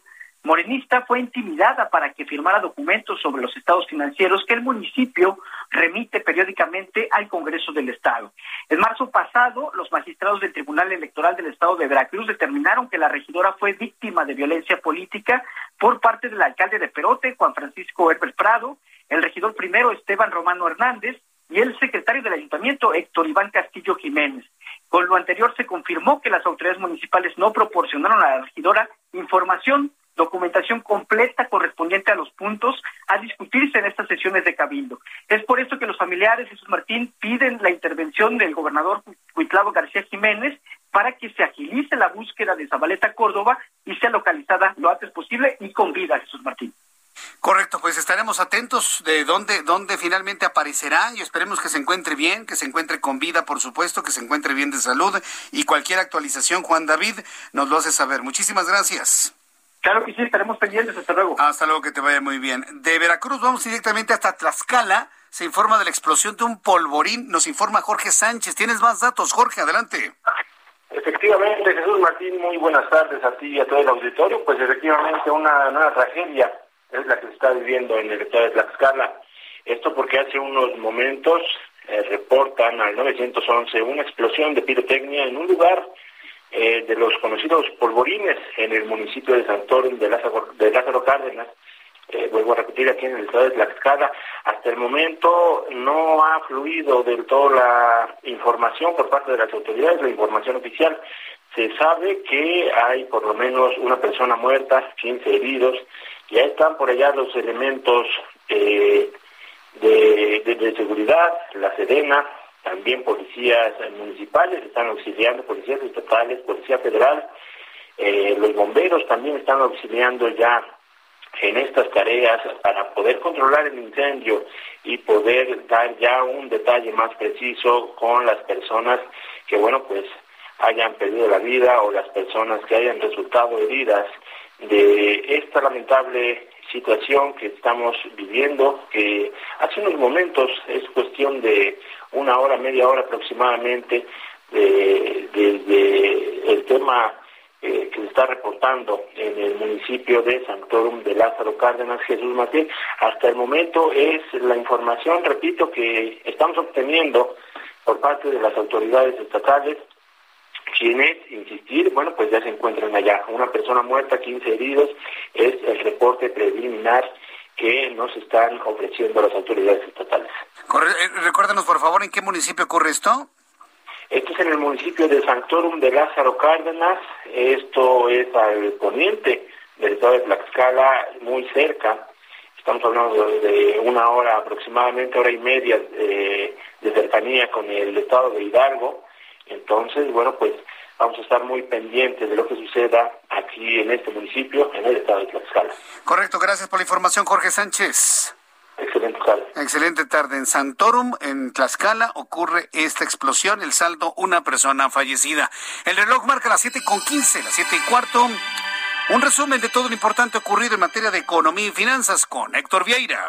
morenista fue intimidada para que firmara documentos sobre los estados financieros que el municipio remite periódicamente al Congreso del Estado. En marzo pasado, los magistrados del Tribunal Electoral del Estado de Veracruz determinaron que la regidora fue víctima de violencia política por parte del alcalde de Perote, Juan Francisco Herbert Prado, el regidor primero, Esteban Romano Hernández, y el secretario del ayuntamiento, Héctor Iván Castillo Jiménez. Con lo anterior se confirmó que las autoridades municipales no proporcionaron a la regidora información, documentación completa correspondiente a los puntos a discutirse en estas sesiones de cabildo. Es por esto que los familiares de Jesús Martín piden la intervención del gobernador Cuitlavo García Jiménez para que se agilice la búsqueda de Zabaleta Córdoba y sea localizada lo antes posible y con vida, Jesús Martín. Correcto, pues estaremos atentos de dónde, dónde finalmente aparecerá y esperemos que se encuentre bien, que se encuentre con vida, por supuesto, que se encuentre bien de salud y cualquier actualización, Juan David, nos lo hace saber. Muchísimas gracias. Claro que sí, estaremos pendientes, hasta luego. Hasta luego, que te vaya muy bien. De Veracruz vamos directamente hasta Tlaxcala, se informa de la explosión de un polvorín, nos informa Jorge Sánchez. ¿Tienes más datos, Jorge? Adelante. Efectivamente, Jesús Martín, muy buenas tardes a ti y a todo el auditorio. Pues efectivamente una nueva tragedia es la que se está viviendo en el estado de Tlaxcala. Esto porque hace unos momentos eh, reportan al nueve once una explosión de pirotecnia en un lugar eh, de los conocidos polvorines en el municipio de Santorum de Lázaro, de Lázaro Cárdenas. Eh, vuelvo a repetir, aquí en el estado de Tlaxcala. Hasta el momento no ha fluido del todo la información por parte de las autoridades, la información oficial. Se sabe que hay por lo menos una persona muerta, quince heridos. Ya están por allá los elementos eh, de, de, de seguridad, la Sedena, también policías municipales están auxiliando, policías estatales, policía federal, eh, los bomberos también están auxiliando ya en estas tareas para poder controlar el incendio y poder dar ya un detalle más preciso con las personas que, bueno, pues hayan perdido la vida o las personas que hayan resultado heridas de esta lamentable situación que estamos viviendo, que hace unos momentos, es cuestión de una hora, media hora aproximadamente, desde de, de el tema eh, que se está reportando en el municipio de Santorum de Lázaro Cárdenas, Jesús Martín. Hasta el momento es la información, repito, que estamos obteniendo por parte de las autoridades estatales, quienes, insistir, bueno, pues ya se encuentran allá. Una persona muerta, quince heridos, es el reporte preliminar que nos están ofreciendo las autoridades estatales. Recuérdanos, por favor, ¿en qué municipio ocurre esto? Esto es en el municipio de Santorum de Lázaro Cárdenas. Esto es al poniente del estado de Tlaxcala, muy cerca. Estamos hablando de una hora aproximadamente, hora y media de, de cercanía con el estado de Hidalgo. Entonces, bueno, pues vamos a estar muy pendientes de lo que suceda aquí en este municipio, en el estado de Tlaxcala. Correcto, gracias por la información, Jorge Sánchez. Excelente tarde. Excelente tarde. En Santorum, en Tlaxcala, ocurre esta explosión. El saldo, una persona fallecida. El reloj marca las siete con quince, las siete y cuarto. Un resumen de todo lo importante ocurrido en materia de economía y finanzas con Héctor Vieira.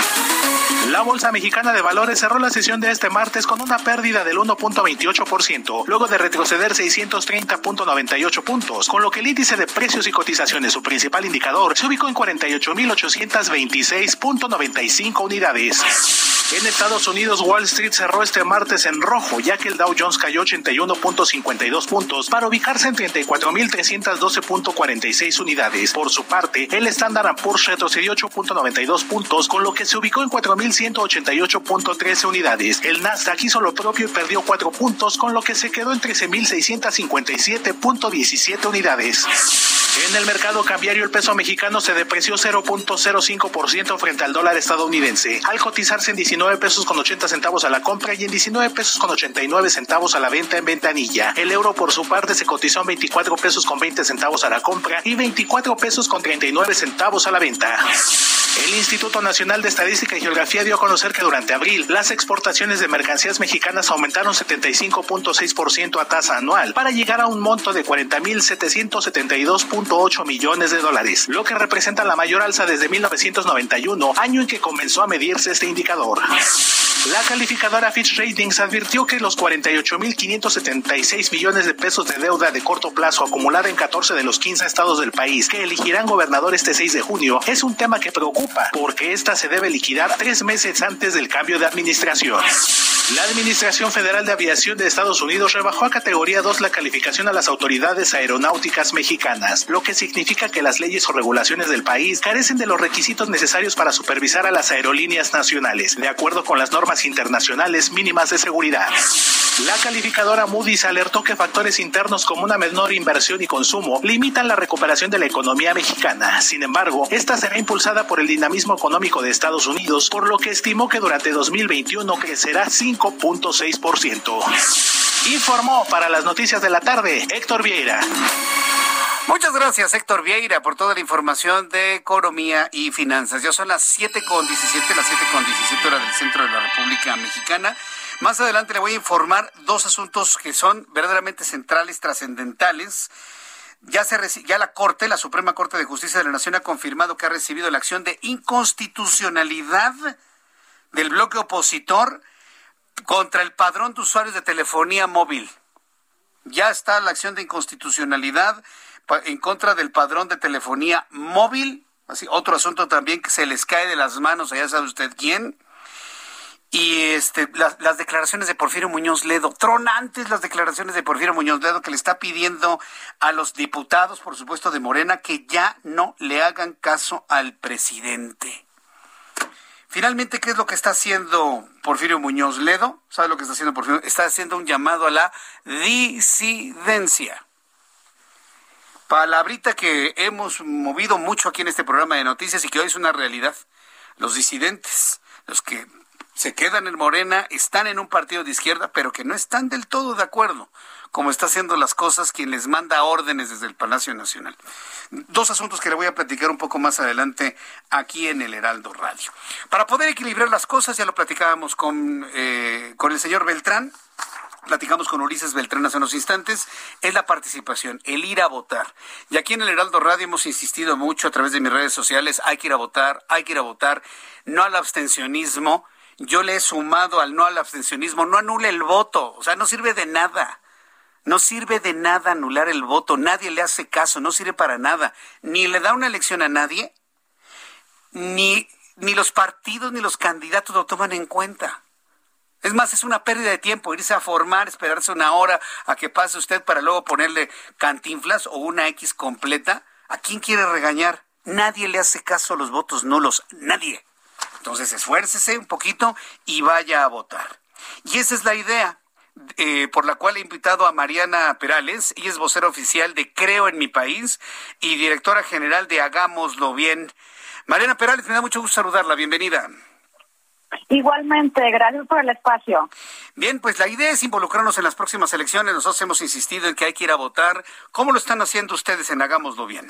La Bolsa Mexicana de Valores cerró la sesión de este martes con una pérdida del uno punto veintiocho por ciento, luego de retroceder seiscientos treinta punto noventa y ocho puntos, con lo que el índice de precios y cotizaciones, su principal indicador, se ubicó en cuarenta y ocho mil ochocientos veintiséis punto noventa y cinco unidades. En Estados Unidos, Wall Street cerró este martes en rojo, ya que el Dow Jones cayó ochenta y uno punto cincuenta y dos puntos para ubicarse en treinta y cuatro mil trescientos doce punto cuarenta y seis unidades. Por su parte, el Standard and Poor's retrocedió ocho punto noventa y dos puntos, con lo que se ubicó en cuatro mil ciento ochenta y ocho punto trece unidades. El Nasdaq hizo lo propio y perdió cuatro puntos, con lo que se quedó en trece mil seiscientos cincuenta y siete punto diecisiete unidades. En el mercado cambiario, el peso mexicano se depreció cero punto cero cinco por ciento frente al dólar estadounidense, al cotizarse en diecinueve pesos con ochenta centavos a la compra y en diecinueve pesos con ochenta y nueve centavos a la venta en ventanilla. El euro, por su parte, se cotizó en veinticuatro pesos con veinte centavos a la compra y veinticuatro pesos con treinta y nueve centavos a la venta. El Instituto Nacional de Estadística y Geografía dio a conocer que durante abril las exportaciones de mercancías mexicanas aumentaron setenta y cinco punto seis por ciento a tasa anual para llegar a un monto de cuarenta mil setecientos setenta y dos punto ocho millones de dólares, lo que representa la mayor alza desde mil novecientos noventa y uno, año en que comenzó a medirse este indicador. La calificadora Fitch Ratings advirtió que los cuarenta y ocho mil quinientos setenta y seis millones de pesos de deuda de corto plazo acumulada en catorce de los quince estados del país que elegirán gobernador este seis de junio es un tema que preocupa, porque esta se debe liquidar tres meses antes del cambio de administración. La Administración Federal de Aviación de Estados Unidos rebajó a categoría dos la calificación a las autoridades aeronáuticas mexicanas, lo que significa que las leyes o regulaciones del país carecen de los requisitos necesarios para supervisar a las aerolíneas nacionales, de acuerdo con las normas internacionales mínimas de seguridad. La calificadora Moody's alertó que factores internos como una menor inversión y consumo limitan la recuperación de la economía mexicana. Sin embargo, esta será impulsada por el dinamismo económico de Estados Unidos, por lo que estimó que durante dos mil veintiuno crecerá cinco punto seis por ciento. Informó para las noticias de la tarde Héctor Vieira. Muchas gracias, Héctor Vieira, por toda la información de economía y finanzas. Ya son las siete con diecisiete, las siete con diecisiete horas del centro de la República Mexicana. Más adelante le voy a informar dos asuntos que son verdaderamente centrales, trascendentales. Ya, se, ya la Corte, la Suprema Corte de Justicia de la Nación, ha confirmado que ha recibido la acción de inconstitucionalidad del bloque opositor contra el padrón de usuarios de telefonía móvil. Ya está la acción de inconstitucionalidad en contra del padrón de telefonía móvil. Así, otro asunto también que se les cae de las manos, ya sabe usted quién. Y este, las, las declaraciones de Porfirio Muñoz Ledo, tronantes las declaraciones de Porfirio Muñoz Ledo, que le está pidiendo a los diputados, por supuesto de Morena, que ya no le hagan caso al presidente. Finalmente, ¿qué es lo que está haciendo Porfirio Muñoz Ledo? ¿Sabe lo que está haciendo Porfirio? Está haciendo un llamado a la disidencia. Palabrita que hemos movido mucho aquí en este programa de noticias y que hoy es una realidad. Los disidentes, los que se quedan en Morena, están en un partido de izquierda, pero que no están del todo de acuerdo, como está haciendo las cosas quien les manda órdenes desde el Palacio Nacional. Dos asuntos que le voy a platicar un poco más adelante aquí en el Heraldo Radio. Para poder equilibrar las cosas, ya lo platicábamos con, eh, con el señor Beltrán, platicamos con Ulises Beltrán hace unos instantes, es la participación, el ir a votar. Y aquí en el Heraldo Radio hemos insistido mucho a través de mis redes sociales, hay que ir a votar, hay que ir a votar, no al abstencionismo. Yo le he sumado al no al abstencionismo, no anule el voto, o sea, no sirve de nada. No sirve de nada anular el voto, nadie le hace caso, no sirve para nada. Ni le da una elección a nadie, ni, ni los partidos ni los candidatos lo toman en cuenta. Es más, es una pérdida de tiempo irse a formar, esperarse una hora a que pase usted para luego ponerle Cantinflas o una X completa. ¿A quién quiere regañar? Nadie le hace caso a los votos nulos, nadie. Entonces esfuércese un poquito y vaya a votar. Y esa es la idea eh, por la cual he invitado a Mariana Perales. Ella es vocera oficial de Creo en mi País y directora general de Hagámoslo Bien. Mariana Perales, me da mucho gusto saludarla. Bienvenida. Igualmente, gracias por el espacio. Bien, pues la idea es involucrarnos en las próximas elecciones. Nosotros hemos insistido en que hay que ir a votar. ¿Cómo lo están haciendo ustedes en Hagámoslo Bien?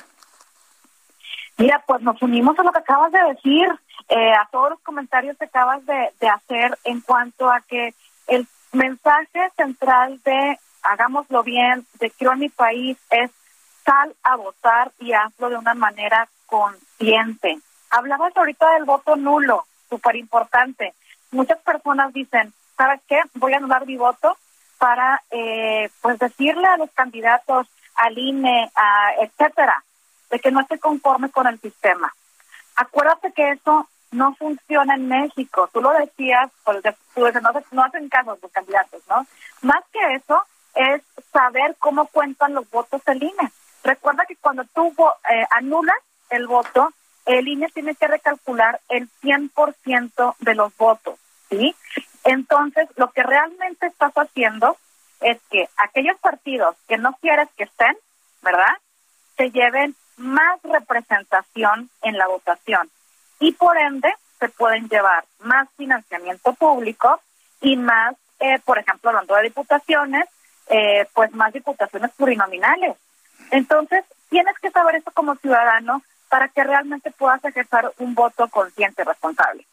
Mira, pues nos unimos a lo que acabas de decir, eh, a todos los comentarios que acabas de, de hacer en cuanto a que el mensaje central de Hagámoslo Bien, de Creo en mi País, es sal a votar y hazlo de una manera consciente. Hablabas ahorita del voto nulo, súper importante. Muchas personas dicen, ¿sabes qué? Voy a anular mi voto para eh, pues decirle a los candidatos, al I N E, a, etcétera, de que no esté conforme con el sistema. Acuérdate que eso no funciona en México. Tú lo decías, pues, tú dices, no, no hacen caso los candidatos, ¿no? Más que eso, es saber cómo cuentan los votos el I N E. Recuerda que cuando tú eh, anulas el voto, el I N E tiene que recalcular el cien por ciento de los votos, ¿sí? Entonces, lo que realmente estás haciendo es que aquellos partidos que no quieres que estén, ¿verdad?, se lleven más representación en la votación y por ende se pueden llevar más financiamiento público y más, eh, por ejemplo, hablando de diputaciones, eh, pues más diputaciones plurinominales. Entonces, tienes que saber eso como ciudadano para que realmente puedas ejercer un voto consciente y responsable.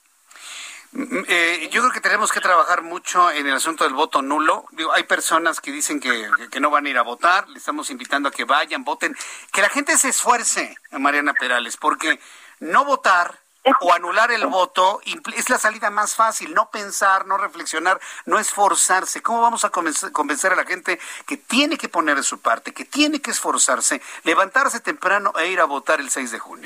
Eh, yo creo que tenemos que trabajar mucho en el asunto del voto nulo. Digo, hay personas que dicen que, que, que no van a ir a votar. Le estamos invitando a que vayan, voten. Que la gente se esfuerce, Mariana Perales, porque no votar o anular el voto es la salida más fácil, no pensar, no reflexionar, no esforzarse. ¿Cómo vamos a convencer a la gente que tiene que poner de su parte, que tiene que esforzarse, levantarse temprano e ir a votar el seis de junio?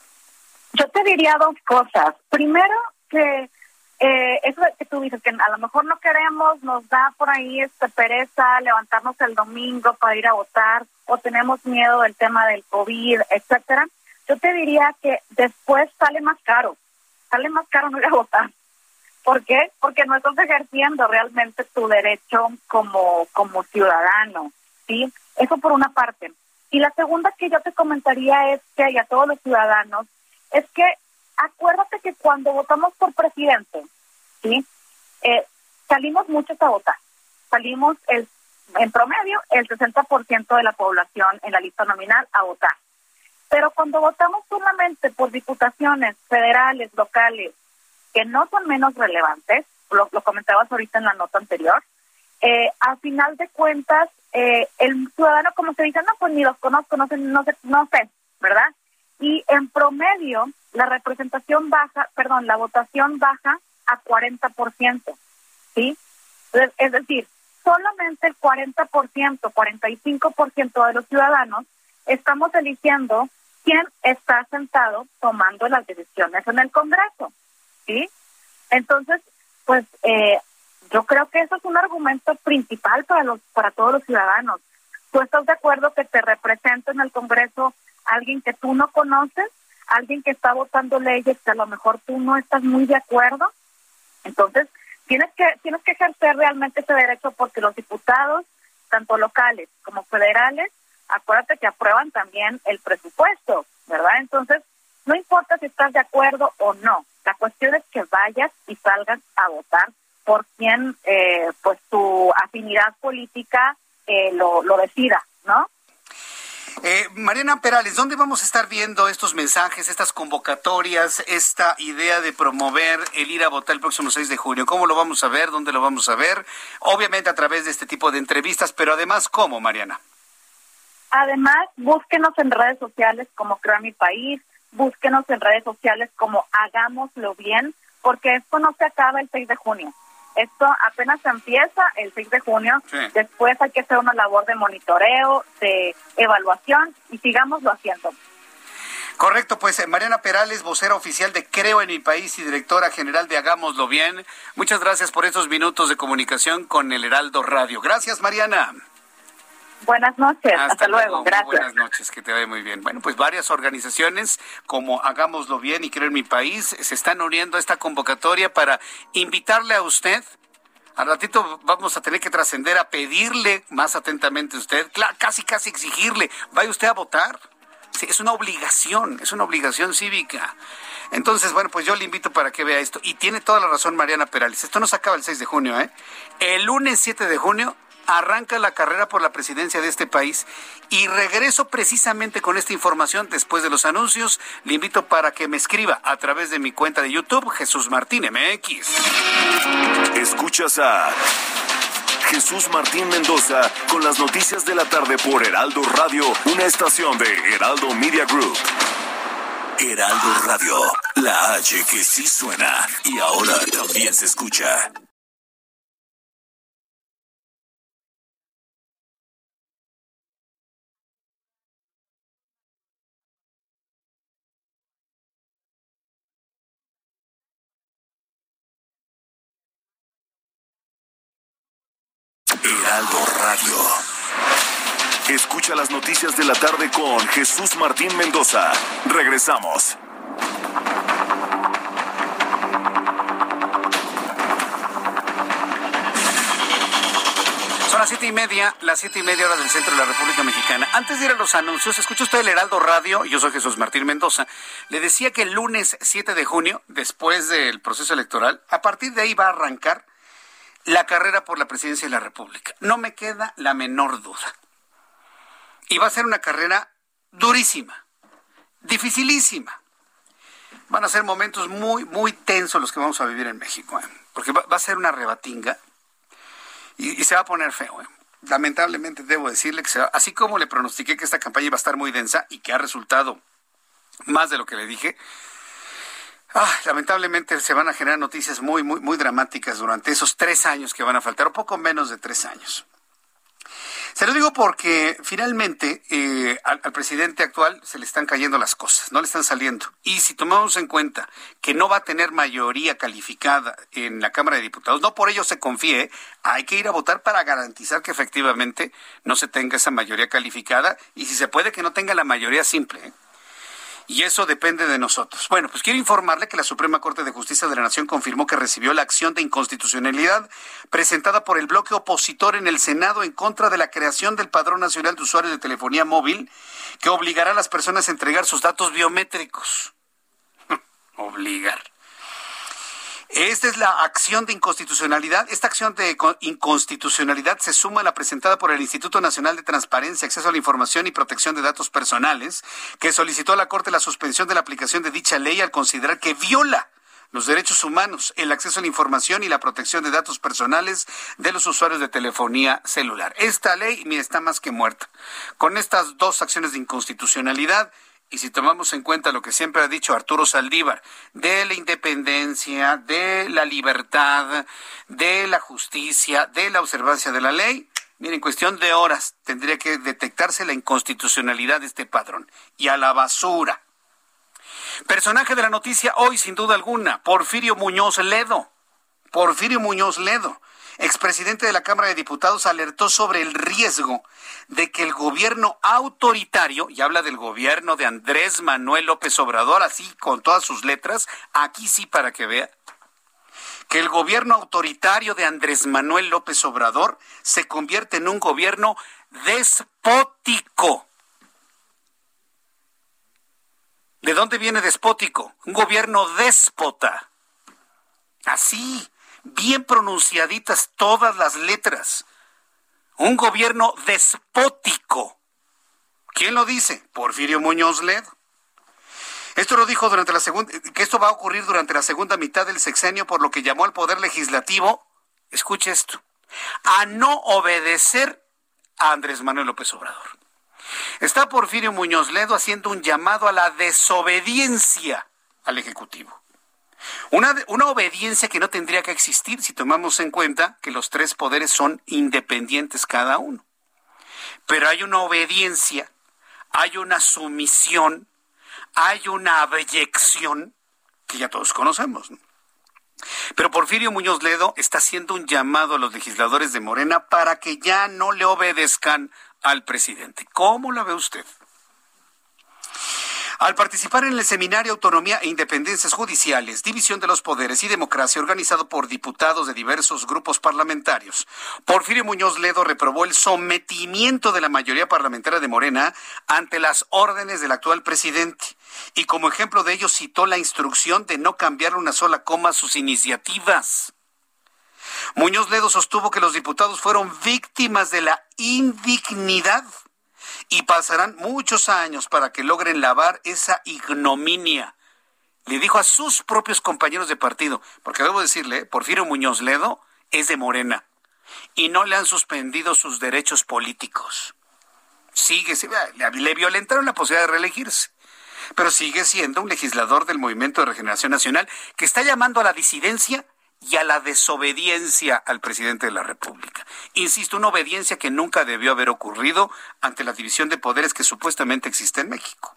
Yo te diría dos cosas. Primero, que eh, eso que tú dices, que a lo mejor no queremos, nos da por ahí este pereza levantarnos el domingo para ir a votar, o tenemos miedo del tema del COVID, etcétera. Yo te diría que después sale más caro, sale más caro no ir a votar. ¿Por qué? Porque no estás ejerciendo realmente tu derecho como, como ciudadano, ¿sí? Eso por una parte. Y la segunda que yo te comentaría es que, y a todos los ciudadanos, es que acuérdate que cuando votamos por presidente, ¿sí? Eh, salimos muchos a votar. Salimos el, en promedio el sesenta por ciento de la población en la lista nominal a votar. Pero cuando votamos solamente por diputaciones federales, locales, que no son menos relevantes, lo, lo comentabas ahorita en la nota anterior, eh, a final de cuentas, eh, el ciudadano como se dice, no, pues ni los conozco, no sé, no sé, no sé, ¿verdad? Y en promedio, la representación baja, perdón, la votación baja a cuarenta por ciento, ¿sí? Es, es decir, solamente el cuarenta por ciento, cuarenta y cinco por ciento de los ciudadanos estamos eligiendo quién está sentado tomando las decisiones en el Congreso, ¿sí? Entonces, pues, eh, yo creo que eso es un argumento principal para los, para todos los ciudadanos. ¿Tú estás de acuerdo que te represente en el Congreso alguien que tú no conoces, alguien que está votando leyes que a lo mejor tú no estás muy de acuerdo? Entonces, tienes que tienes que ejercer realmente ese derecho, porque los diputados, tanto locales como federales, acuérdate que aprueban también el presupuesto, ¿verdad? Entonces, no importa si estás de acuerdo o no, la cuestión es que vayas y salgas a votar por quien eh, pues tu afinidad política eh, lo, lo decida, ¿no? Eh, Mariana Perales, ¿dónde vamos a estar viendo estos mensajes, estas convocatorias, esta idea de promover el ir a votar el próximo seis de junio? ¿Cómo lo vamos a ver? ¿Dónde lo vamos a ver? Obviamente a través de este tipo de entrevistas, pero además, ¿cómo, Mariana? Además, búsquenos en redes sociales como Creo en Mi País, búsquenos en redes sociales como Hagámoslo Bien, porque esto no se acaba el seis de junio. Esto apenas empieza el seis de junio, sí. Después hay que hacer una labor de monitoreo, de evaluación, y sigámoslo haciendo. Correcto, pues eh, Mariana Perales, vocera oficial de Creo en Mi País y directora general de Hagámoslo Bien. Muchas gracias por estos minutos de comunicación con el Heraldo Radio. Gracias, Mariana. Buenas noches, hasta, hasta luego, luego. Gracias. Muy buenas noches, que te vaya muy bien. Bueno, pues varias organizaciones como Hagámoslo Bien y Creo en Mi País se están uniendo a esta convocatoria para invitarle a usted. Al ratito vamos a tener que trascender a pedirle más atentamente a usted, casi casi exigirle, vaya usted a votar. Sí, es una obligación, es una obligación cívica. Entonces, bueno, pues yo le invito para que vea esto. Y tiene toda la razón Mariana Perales. Esto no se acaba el seis de junio, ¿eh? El lunes siete de junio arranca la carrera por la presidencia de este país, y regreso precisamente con esta información después de los anuncios. Le invito para que me escriba a través de mi cuenta de YouTube, Jesús Martín M X. Escuchas a Jesús Martín Mendoza con las noticias de la tarde por Heraldo Radio, una estación de Heraldo Media Group. Heraldo Radio, la H que sí suena y ahora también se escucha. Heraldo Radio. Escucha las noticias de la tarde con Jesús Martín Mendoza. Regresamos. Son las siete y media, las siete y media hora del centro de la República Mexicana. Antes de ir a los anuncios, escucha usted el Heraldo Radio. Yo soy Jesús Martín Mendoza. Le decía que el lunes siete de junio, después del proceso electoral, a partir de ahí va a arrancar la carrera por la presidencia de la República. No me queda la menor duda. Y va a ser una carrera durísima, dificilísima. Van a ser momentos muy, muy tensos los que vamos a vivir en México, ¿eh? Porque va, va a ser una rebatinga y, y se va a poner feo, ¿eh? Lamentablemente debo decirle que se va, así como le pronostiqué que esta campaña iba a estar muy densa y que ha resultado más de lo que le dije. Ah, lamentablemente se van a generar noticias muy, muy, muy dramáticas durante esos tres años que van a faltar, o poco menos de tres años. Se lo digo porque finalmente eh, al, al presidente actual se le están cayendo las cosas, no le están saliendo. Y si tomamos en cuenta que no va a tener mayoría calificada en la Cámara de Diputados, no por ello se confíe, hay que ir a votar para garantizar que efectivamente no se tenga esa mayoría calificada y si se puede que no tenga la mayoría simple, ¿eh? Y eso depende de nosotros. Bueno, pues quiero informarle que la Suprema Corte de Justicia de la Nación confirmó que recibió la acción de inconstitucionalidad presentada por el bloque opositor en el Senado en contra de la creación del Padrón Nacional de Usuarios de Telefonía Móvil, que obligará a las personas a entregar sus datos biométricos. Obligar. Esta es la acción de inconstitucionalidad. Esta acción de inconstitucionalidad se suma a la presentada por el Instituto Nacional de Transparencia, Acceso a la Información y Protección de Datos Personales, que solicitó a la Corte la suspensión de la aplicación de dicha ley al considerar que viola los derechos humanos, el acceso a la información y la protección de datos personales de los usuarios de telefonía celular. Esta ley, mire, está más que muerta. Con estas dos acciones de inconstitucionalidad, y si tomamos en cuenta lo que siempre ha dicho Arturo Saldívar, de la independencia, de la libertad, de la justicia, de la observancia de la ley, miren, en cuestión de horas tendría que detectarse la inconstitucionalidad de este padrón. Y a la basura. Personaje de la noticia hoy, sin duda alguna, Porfirio Muñoz Ledo. Porfirio Muñoz Ledo, expresidente de la Cámara de Diputados, alertó sobre el riesgo de que el gobierno autoritario, y habla del gobierno de Andrés Manuel López Obrador, así con todas sus letras, aquí sí para que vea, que el gobierno autoritario de Andrés Manuel López Obrador se convierte en un gobierno despótico. ¿De dónde viene despótico? Un gobierno déspota. Así, bien pronunciaditas todas las letras. Un gobierno despótico. ¿Quién lo dice? Porfirio Muñoz Ledo. Esto lo dijo durante la segunda, que esto va a ocurrir durante la segunda mitad del sexenio, por lo que llamó al Poder Legislativo, escuche esto, a no obedecer a Andrés Manuel López Obrador. Está Porfirio Muñoz Ledo haciendo un llamado a la desobediencia al Ejecutivo. Una, una obediencia que no tendría que existir si tomamos en cuenta que los tres poderes son independientes cada uno. Pero hay una obediencia, hay una sumisión, hay una abyección que ya todos conocemos, ¿no? Pero Porfirio Muñoz Ledo está haciendo un llamado a los legisladores de Morena para que ya no le obedezcan al presidente. ¿Cómo la ve usted? Al participar en el seminario Autonomía e Independencias Judiciales, División de los Poderes y Democracia, organizado por diputados de diversos grupos parlamentarios, Porfirio Muñoz Ledo reprobó el sometimiento de la mayoría parlamentaria de Morena ante las órdenes del actual presidente. Y como ejemplo de ello citó la instrucción de no cambiar una sola coma a sus iniciativas. Muñoz Ledo sostuvo que los diputados fueron víctimas de la indignidad y pasarán muchos años para que logren lavar esa ignominia. Le dijo a sus propios compañeros de partido, porque debo decirle, Porfirio Muñoz Ledo es de Morena y no le han suspendido sus derechos políticos. Sigue, le violentaron la posibilidad de reelegirse, pero sigue siendo un legislador del Movimiento de Regeneración Nacional que está llamando a la disidencia y a la desobediencia al presidente de la República. Insisto, una obediencia que nunca debió haber ocurrido ante la división de poderes que supuestamente existe en México.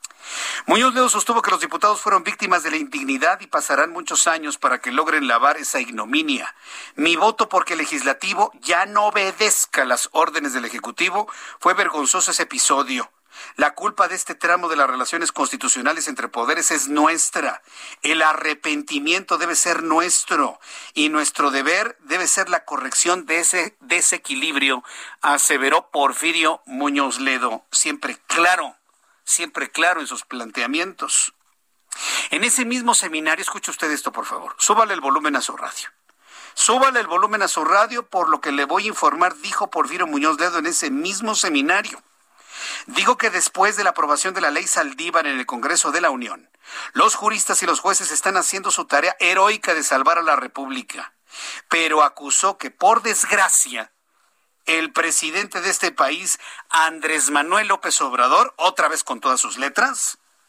Muñoz Ledo sostuvo que los diputados fueron víctimas de la indignidad y pasarán muchos años para que logren lavar esa ignominia. Mi voto porque el legislativo ya no obedezca las órdenes del Ejecutivo. Fue vergonzoso ese episodio. La culpa de este tramo de las relaciones constitucionales entre poderes es nuestra. El arrepentimiento debe ser nuestro y nuestro deber debe ser la corrección de ese desequilibrio, aseveró Porfirio Muñoz Ledo, siempre claro, siempre claro en sus planteamientos. En ese mismo seminario, escuche usted esto, por favor, súbale el volumen a su radio. Súbale el volumen a su radio, por lo que le voy a informar, dijo Porfirio Muñoz Ledo en ese mismo seminario. Digo que después de la aprobación de la ley Saldívar en el Congreso de la Unión, los juristas y los jueces están haciendo su tarea heroica de salvar a la República, pero acusó que, por desgracia, el presidente de este país, Andrés Manuel López Obrador, otra vez con todas sus letras,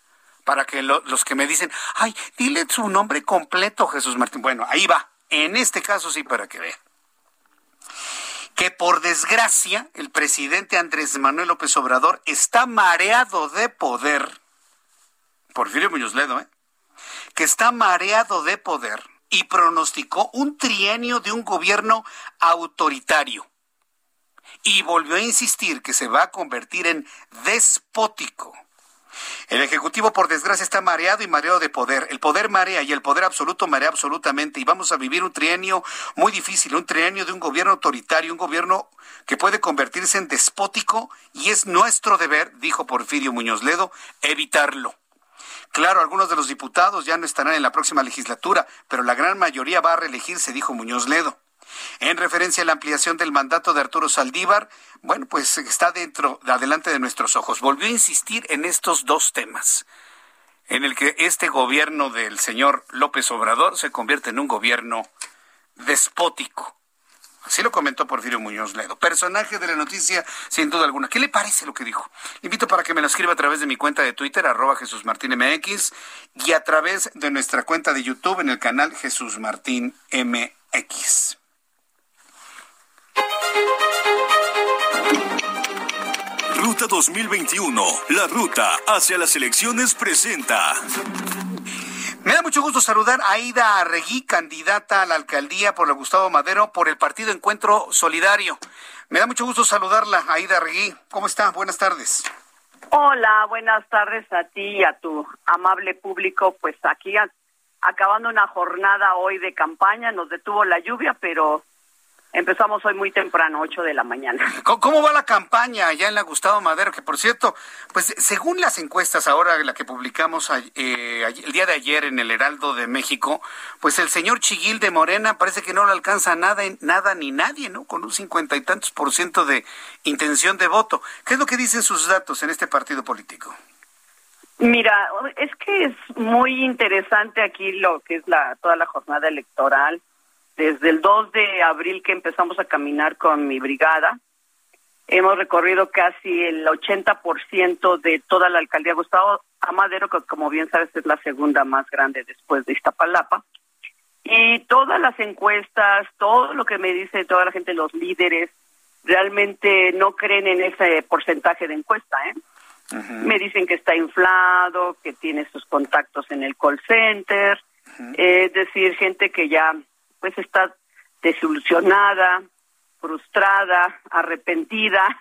para que lo, los que me dicen, ay, dile su nombre completo, Jesús Martín. Bueno, ahí va. En este caso sí, para que vea. Que por desgracia, el presidente Andrés Manuel López Obrador está mareado de poder. Porfirio Muñoz Ledo, ¿eh? Que está mareado de poder y pronosticó un trienio de un gobierno autoritario. Y volvió a insistir que se va a convertir en despótico. El Ejecutivo, por desgracia, está mareado y mareado de poder. El poder marea y el poder absoluto marea absolutamente. Y vamos a vivir un trienio muy difícil, un trienio de un gobierno autoritario, un gobierno que puede convertirse en despótico, y es nuestro deber, dijo Porfirio Muñoz Ledo, evitarlo. Claro, algunos de los diputados ya no estarán en la próxima legislatura, pero la gran mayoría va a reelegirse, dijo Muñoz Ledo. En referencia a la ampliación del mandato de Arturo Saldívar, bueno, pues está dentro, adelante de nuestros ojos. Volvió a insistir en estos dos temas, en el que este gobierno del señor López Obrador se convierte en un gobierno despótico. Así lo comentó Porfirio Muñoz Ledo, personaje de la noticia sin duda alguna. ¿Qué le parece lo que dijo? Le invito para que me lo escriba a través de mi cuenta de Twitter, arroba Jesús Martín M X, y a través de nuestra cuenta de YouTube en el canal Jesús Martín M X. Ruta dos mil veintiuno, la ruta hacia las elecciones presenta. Me da mucho gusto saludar a Aída Arregui, candidata a la alcaldía por la Gustavo Madero por el partido Encuentro Solidario. Me da mucho gusto saludarla, Aída Arregui. ¿Cómo está? Buenas tardes. Hola, buenas tardes a ti y a tu amable público. Pues aquí a, acabando una jornada hoy de campaña, nos detuvo la lluvia, pero empezamos hoy muy temprano, ocho de la mañana. ¿Cómo va la campaña allá en la Gustavo Madero? Que por cierto, pues según las encuestas ahora, la que publicamos eh, el día de ayer en el Heraldo de México, pues el señor Chiguil de Morena parece que no le alcanza nada, nada ni nadie, ¿no? Con un cincuenta y tantos por ciento de intención de voto. ¿Qué es lo que dicen sus datos en este partido político? Mira, es que es muy interesante aquí lo que es la toda la jornada electoral. Desde el dos de abril que empezamos a caminar con mi brigada, hemos recorrido casi el ochenta por ciento de toda la alcaldía Gustavo Madero, que como bien sabes es la segunda más grande después de Iztapalapa. Y todas las encuestas, todo lo que me dice toda la gente, los líderes, realmente no creen en ese porcentaje de encuesta, ¿eh? Uh-huh. Me dicen que está inflado, que tiene sus contactos en el call center, uh-huh. eh, es decir, gente que ya pues está desilusionada, frustrada, arrepentida.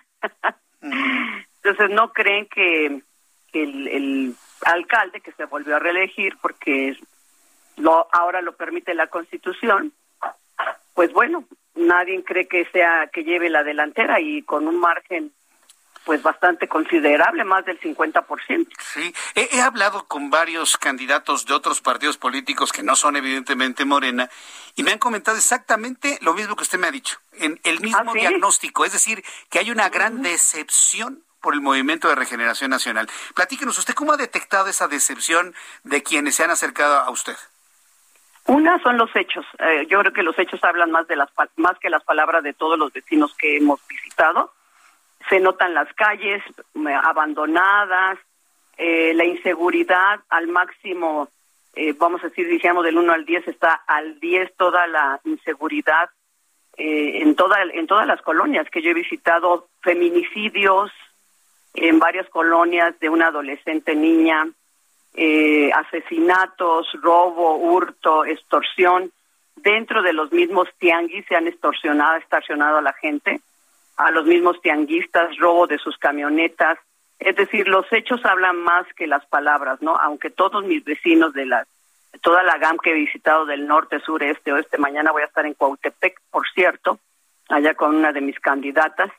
Mm. Entonces no creen que, que el, el alcalde que se volvió a reelegir, porque lo ahora lo permite la Constitución, pues bueno, nadie cree que sea que lleve la delantera, y con un margen pues bastante considerable, más del cincuenta por ciento. Sí, he, he hablado con varios candidatos de otros partidos políticos que no son evidentemente Morena, y me han comentado exactamente lo mismo que usted me ha dicho, en el mismo ¿Ah, sí? diagnóstico, es decir, que hay una gran decepción por el Movimiento de Regeneración Nacional. Platíquenos, ¿usted cómo ha detectado esa decepción de quienes se han acercado a usted? Una son los hechos. Eh, yo creo que los hechos hablan más de las más que las palabras de todos los vecinos que hemos visitado. Se notan las calles abandonadas, eh, la inseguridad al máximo, eh, vamos a decir, dijéramos del uno al diez, está al diez toda la inseguridad eh, en toda en todas las colonias que yo he visitado, feminicidios en varias colonias de una adolescente niña, eh, asesinatos, robo, hurto, extorsión. Dentro de los mismos tianguis se han extorsionado, extorsionado a la gente, a los mismos tianguistas, robo de sus camionetas. Es decir, los hechos hablan más que las palabras, ¿no? Aunque todos mis vecinos de la toda la GAM que he visitado del norte, sur, este, oeste, mañana voy a estar en Cuautepec, por cierto, allá con una de mis candidatas.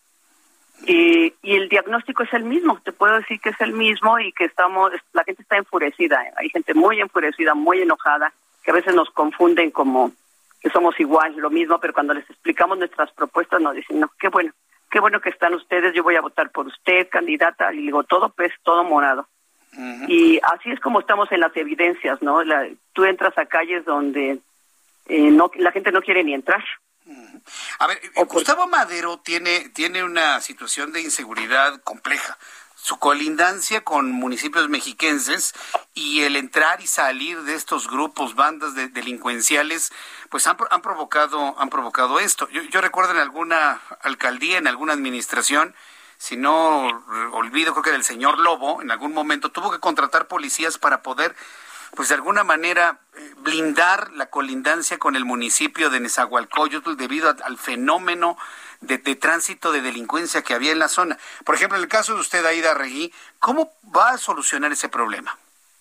Y, y el diagnóstico es el mismo, te puedo decir que es el mismo, y que estamos, la gente está enfurecida, ¿eh? Hay gente muy enfurecida, muy enojada, que a veces nos confunden como que somos igual, lo mismo, pero cuando les explicamos nuestras propuestas nos dicen, no, qué bueno, qué bueno que están ustedes, yo voy a votar por usted, candidata, y digo, todo pues, todo morado. Uh-huh. Y así es como estamos en las evidencias, ¿no? La, tú entras a calles donde eh, no la gente no quiere ni entrar. Uh-huh. A ver, Gustavo Madero tiene, tiene una situación de inseguridad compleja. su colindancia con municipios mexiquenses y el entrar y salir de estos grupos, bandas de delincuenciales, pues han, han provocado han provocado esto. Yo, yo recuerdo en alguna alcaldía, en alguna administración, si no olvido, creo que del señor Lobo, en algún momento tuvo que contratar policías para poder, pues de alguna manera, blindar la colindancia con el municipio de Nezahualcóyotl debido a, al fenómeno de, de tránsito de delincuencia que había en la zona. Por ejemplo, en el caso de usted, Aída Arregui, ¿cómo va a solucionar ese problema?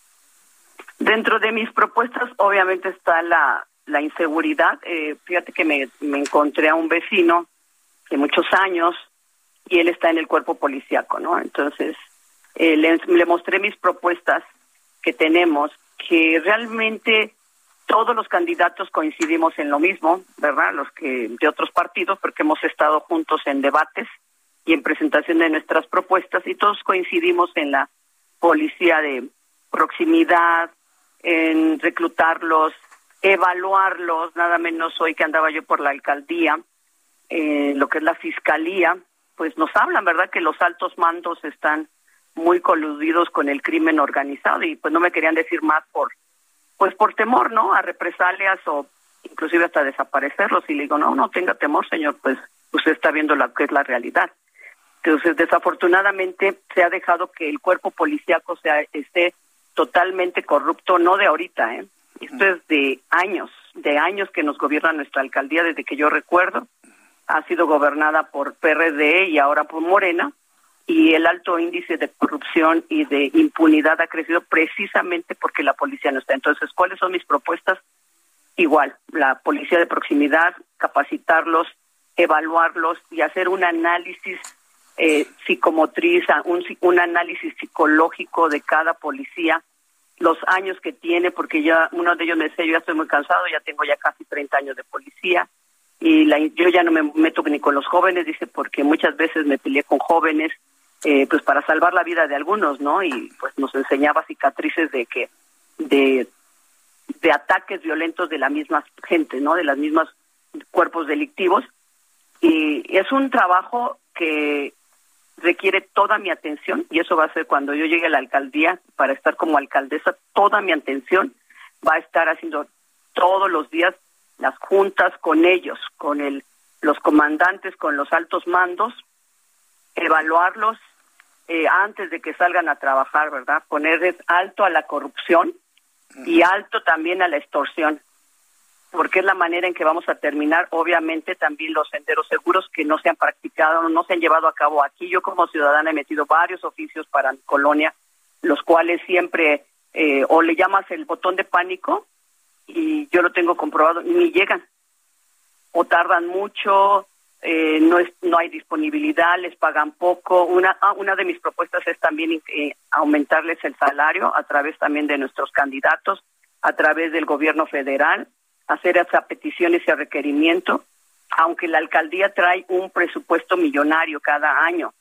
Dentro de mis propuestas, obviamente, está la, la inseguridad. Eh, fíjate que me, me encontré a un vecino de muchos años y él está en el cuerpo policíaco, ¿no? Entonces, eh, le, le mostré mis propuestas que tenemos, que realmente todos los candidatos coincidimos en lo mismo, ¿verdad? Los que de otros partidos, porque hemos estado juntos en debates y en presentación de nuestras propuestas, y todos coincidimos en la policía de proximidad, en reclutarlos, evaluarlos. Nada menos hoy que andaba yo por la alcaldía, eh, lo que es la fiscalía, pues nos hablan, ¿verdad?, que los altos mandos están muy coludidos con el crimen organizado, y pues no me querían decir más por pues por temor, ¿no?, a represalias o inclusive hasta desaparecerlos. Y le digo, no, no tenga temor, señor, pues usted está viendo lo que es la realidad. Entonces, desafortunadamente, se ha dejado que el cuerpo policíaco sea, esté totalmente corrupto, no de ahorita, ¿eh? Esto es de años, de años que nos gobierna nuestra alcaldía, desde que yo recuerdo. Ha sido gobernada por P R D y ahora por Morena, y el alto índice de corrupción y de impunidad ha crecido precisamente porque la policía no está. Entonces, ¿cuáles son mis propuestas? Igual, la policía de proximidad, capacitarlos, evaluarlos y hacer un análisis eh, psicomotriz, un, un análisis psicológico de cada policía, los años que tiene, porque ya uno de ellos me decía, yo ya estoy muy cansado, ya tengo ya casi treinta años de policía, y la, yo ya no me meto ni con los jóvenes, dice, porque muchas veces me peleé con jóvenes, eh, pues para salvar la vida de algunos, ¿no? Y pues nos enseñaba cicatrices de que, de, de ataques violentos de la misma gente, ¿no? De las mismas cuerpos delictivos. Y es un trabajo que requiere toda mi atención, y eso va a ser cuando yo llegue a la alcaldía, para estar como alcaldesa, toda mi atención va a estar haciendo todos los días las juntas con ellos, con el, los comandantes, con los altos mandos, evaluarlos eh, antes de que salgan a trabajar, ¿verdad? Ponerles alto a la corrupción y alto también a la extorsión, porque es la manera en que vamos a terminar, obviamente, también los senderos seguros que no se han practicado, no se han llevado a cabo aquí. Yo como ciudadana he metido varios oficios para mi colonia, los cuales siempre eh, o le llamas el botón de pánico, y yo lo tengo comprobado, ni llegan, o tardan mucho, eh, no es, no hay disponibilidad, les pagan poco. Una ah, una de mis propuestas es también eh, aumentarles el salario a través también de nuestros candidatos, a través del gobierno federal, hacer esas peticiones y requerimiento, aunque la alcaldía trae un presupuesto millonario cada año.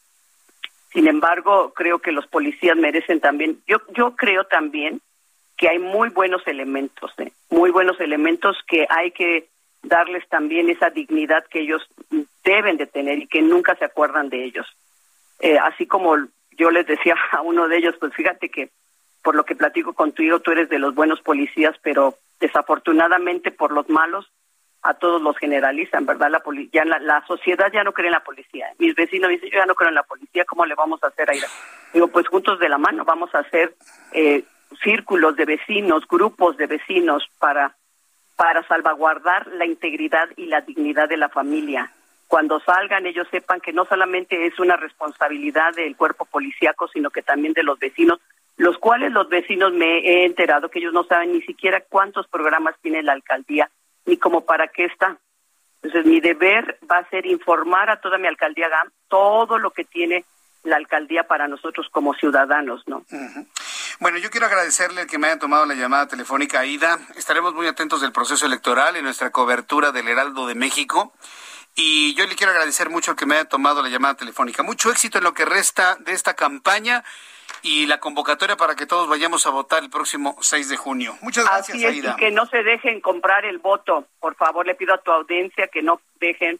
Sin embargo, creo que los policías merecen también, yo yo creo también que hay muy buenos elementos, ¿eh? muy buenos elementos que hay que darles también esa dignidad que ellos deben de tener y que nunca se acuerdan de ellos. Eh, así como yo les decía a uno de ellos, pues fíjate que por lo que platico contigo, tú eres de los buenos policías, pero desafortunadamente por los malos a todos los generalizan, ¿verdad? La, poli- ya la, la sociedad ya no cree en la policía. Mis vecinos dicen, yo ya no creo en la policía, ¿cómo le vamos a hacer a ir? Digo, pues juntos de la mano vamos a hacer eh, círculos de vecinos, grupos de vecinos para, para salvaguardar la integridad y la dignidad de la familia. Cuando salgan, ellos sepan que no solamente es una responsabilidad del cuerpo policíaco, sino que también de los vecinos, los cuales los vecinos me he enterado que ellos no saben ni siquiera cuántos programas tiene la alcaldía, ni como para qué está. Entonces, mi deber va a ser informar a toda mi alcaldía G A M todo lo que tiene la alcaldía para nosotros como ciudadanos, ¿no? Uh-huh. Bueno, yo quiero agradecerle que me haya tomado la llamada telefónica, Aída. Estaremos muy atentos del proceso electoral en nuestra cobertura del Heraldo de México. Y yo le quiero agradecer mucho que me haya tomado la llamada telefónica. Mucho éxito en lo que resta de esta campaña y la convocatoria para que todos vayamos a votar el próximo seis de junio. Muchas gracias, Así es, Aída. Y que no se dejen comprar el voto. Por favor, le pido a tu audiencia que no dejen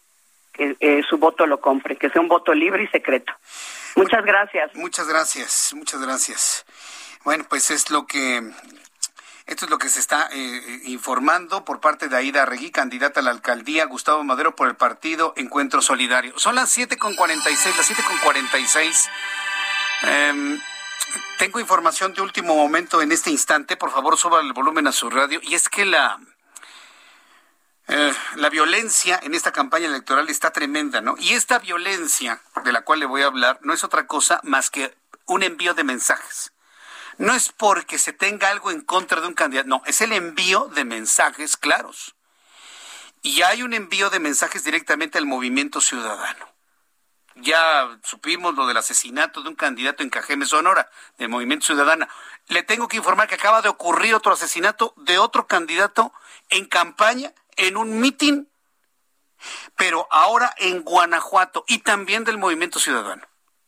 que eh, su voto lo compre, que sea un voto libre y secreto. Muchas gracias. Muchas gracias, muchas gracias. Bueno, pues es lo que... Esto es lo que se está eh, informando por parte de Aída Arregui, candidata a la alcaldía, Gustavo Madero por el partido Encuentro Solidario. Son las siete con cuarenta y seis, las siete con cuarenta y seis. Eh, tengo información de último momento en este instante. Por favor, suba el volumen a su radio. Y es que la, eh, la violencia en esta campaña electoral está tremenda, ¿no? Y esta violencia de la cual le voy a hablar no es otra cosa más que un envío de mensajes. No es porque se tenga algo en contra de un candidato, no, es el envío de mensajes claros. Y hay un envío de mensajes directamente al Movimiento Ciudadano. Ya supimos lo del asesinato de un candidato en Cajeme, Sonora, del Movimiento Ciudadano. Le tengo que informar que acaba de ocurrir otro asesinato de otro candidato en campaña, en un mitin, pero ahora en Guanajuato, y también del Movimiento Ciudadano.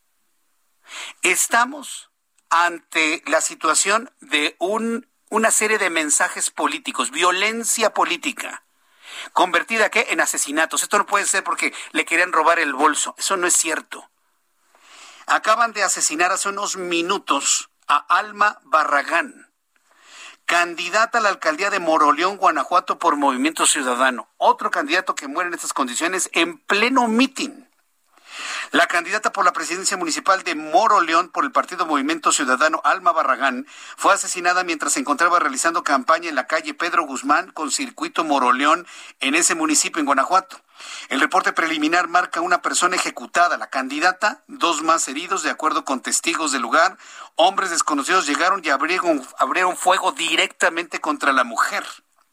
Estamos ante la situación de un, una serie de mensajes políticos, violencia política, convertida ¿qué? en asesinatos. Esto no puede ser porque le querían robar el bolso. Eso no es cierto. Acaban de asesinar hace unos minutos a Alma Barragán, candidata a la alcaldía de Moroleón, Guanajuato, por Movimiento Ciudadano. Otro candidato que muere en estas condiciones en pleno mitin. La candidata por la presidencia municipal de Moroleón por el partido Movimiento Ciudadano, Alma Barragán, fue asesinada mientras se encontraba realizando campaña en la calle Pedro Guzmán con circuito Moroleón en ese municipio, en Guanajuato. El reporte preliminar marca una persona ejecutada, la candidata, dos más heridos, de acuerdo con testigos del lugar. Hombres desconocidos llegaron y abrieron, abrieron fuego directamente contra la mujer.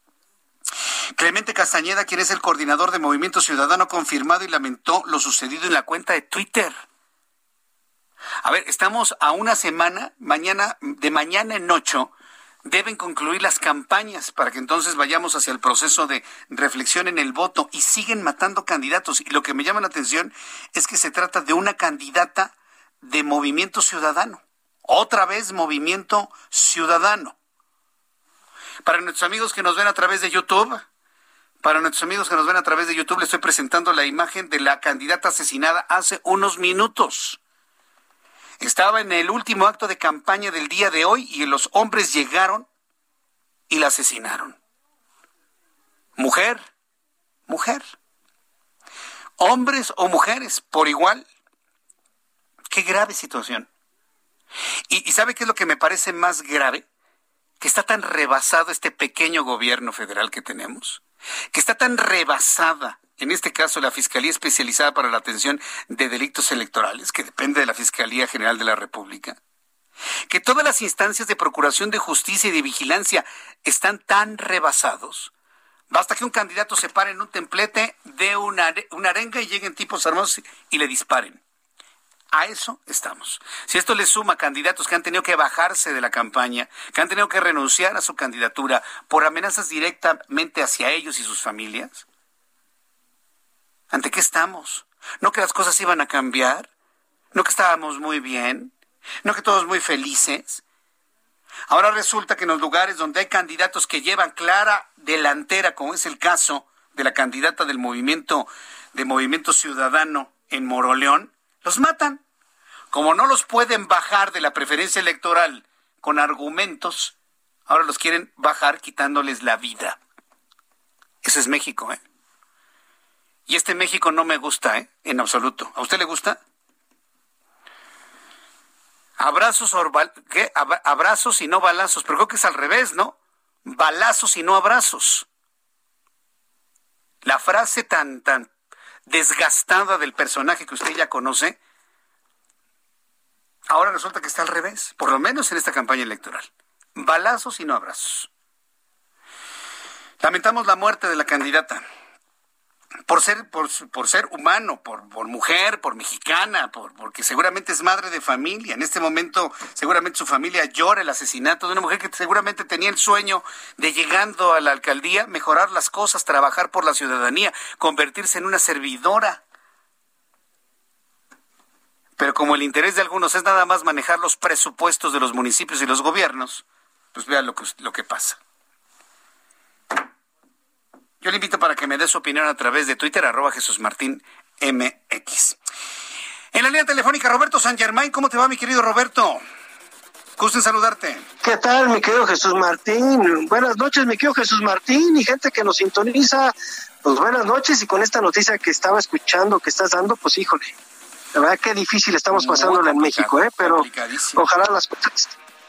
Clemente Castañeda, quien es el coordinador de Movimiento Ciudadano, ha confirmado y lamentó lo sucedido en la cuenta de Twitter. A ver, estamos a una semana, mañana, de mañana en ocho, deben concluir las campañas para que entonces vayamos hacia el proceso de reflexión en el voto, y siguen matando candidatos. Y lo que me llama la atención es que se trata de una candidata de Movimiento Ciudadano. Otra vez Movimiento Ciudadano. Para nuestros amigos que nos ven a través de YouTube, para nuestros amigos que nos ven a través de YouTube, les estoy presentando la imagen de la candidata asesinada hace unos minutos. Estaba en el último acto de campaña del día de hoy y los hombres llegaron y la asesinaron. Mujer, mujer. Hombres o mujeres, por igual. Qué grave situación. ¿Y, y sabe qué es lo que me parece más grave? Que está tan rebasado este pequeño gobierno federal que tenemos, que está tan rebasada, en este caso la Fiscalía Especializada para la Atención de Delitos Electorales, que depende de la Fiscalía General de la República, que todas las instancias de procuración de justicia y de vigilancia están tan rebasados. Basta que un candidato se pare en un templete, dé una, una arenga y lleguen tipos armados y le disparen. A eso estamos. Si esto le suma candidatos que han tenido que bajarse de la campaña, que han tenido que renunciar a su candidatura por amenazas directamente hacia ellos y sus familias, ¿ante qué estamos? ¿No que las cosas iban a cambiar? ¿No que estábamos muy bien? ¿No que todos muy felices? Ahora resulta que en los lugares donde hay candidatos que llevan clara delantera, como es el caso de la candidata del movimiento, de Movimiento Ciudadano en Moroleón, los matan. Como no los pueden bajar de la preferencia electoral con argumentos, ahora los quieren bajar quitándoles la vida. Eso es México, ¿eh? Y este México no me gusta, ¿eh? En absoluto. ¿A usted le gusta? Abrazos, o bal- ¿qué? Abrazos y no balazos, pero creo que es al revés, ¿no? Balazos y no abrazos. La frase tan, tan desgastada del personaje que usted ya conoce, ahora resulta que está al revés, por lo menos en esta campaña electoral. Balazos y no abrazos. Lamentamos la muerte de la candidata. Por ser, por, por ser humano, por, por mujer, por mexicana, por, porque seguramente es madre de familia. En este momento seguramente su familia llora el asesinato de una mujer que seguramente tenía el sueño de, llegando a la alcaldía, mejorar las cosas, trabajar por la ciudadanía, convertirse en una servidora. Pero como el interés de algunos es nada más manejar los presupuestos de los municipios y los gobiernos, pues vean lo que, lo que pasa. Yo le invito para que me dé su opinión a través de Twitter, arroba Jesús Martín M X. En la línea telefónica, Roberto San Germain. ¿Cómo te va, mi querido Roberto? Gusto en saludarte. ¿Qué tal, mi querido Jesús Martín? Buenas noches, mi querido Jesús Martín, y gente que nos sintoniza. Pues buenas noches, y con esta noticia que estaba escuchando, que estás dando, pues híjole, la verdad que difícil estamos pasándola en México, ¿eh? Pero ojalá las cosas...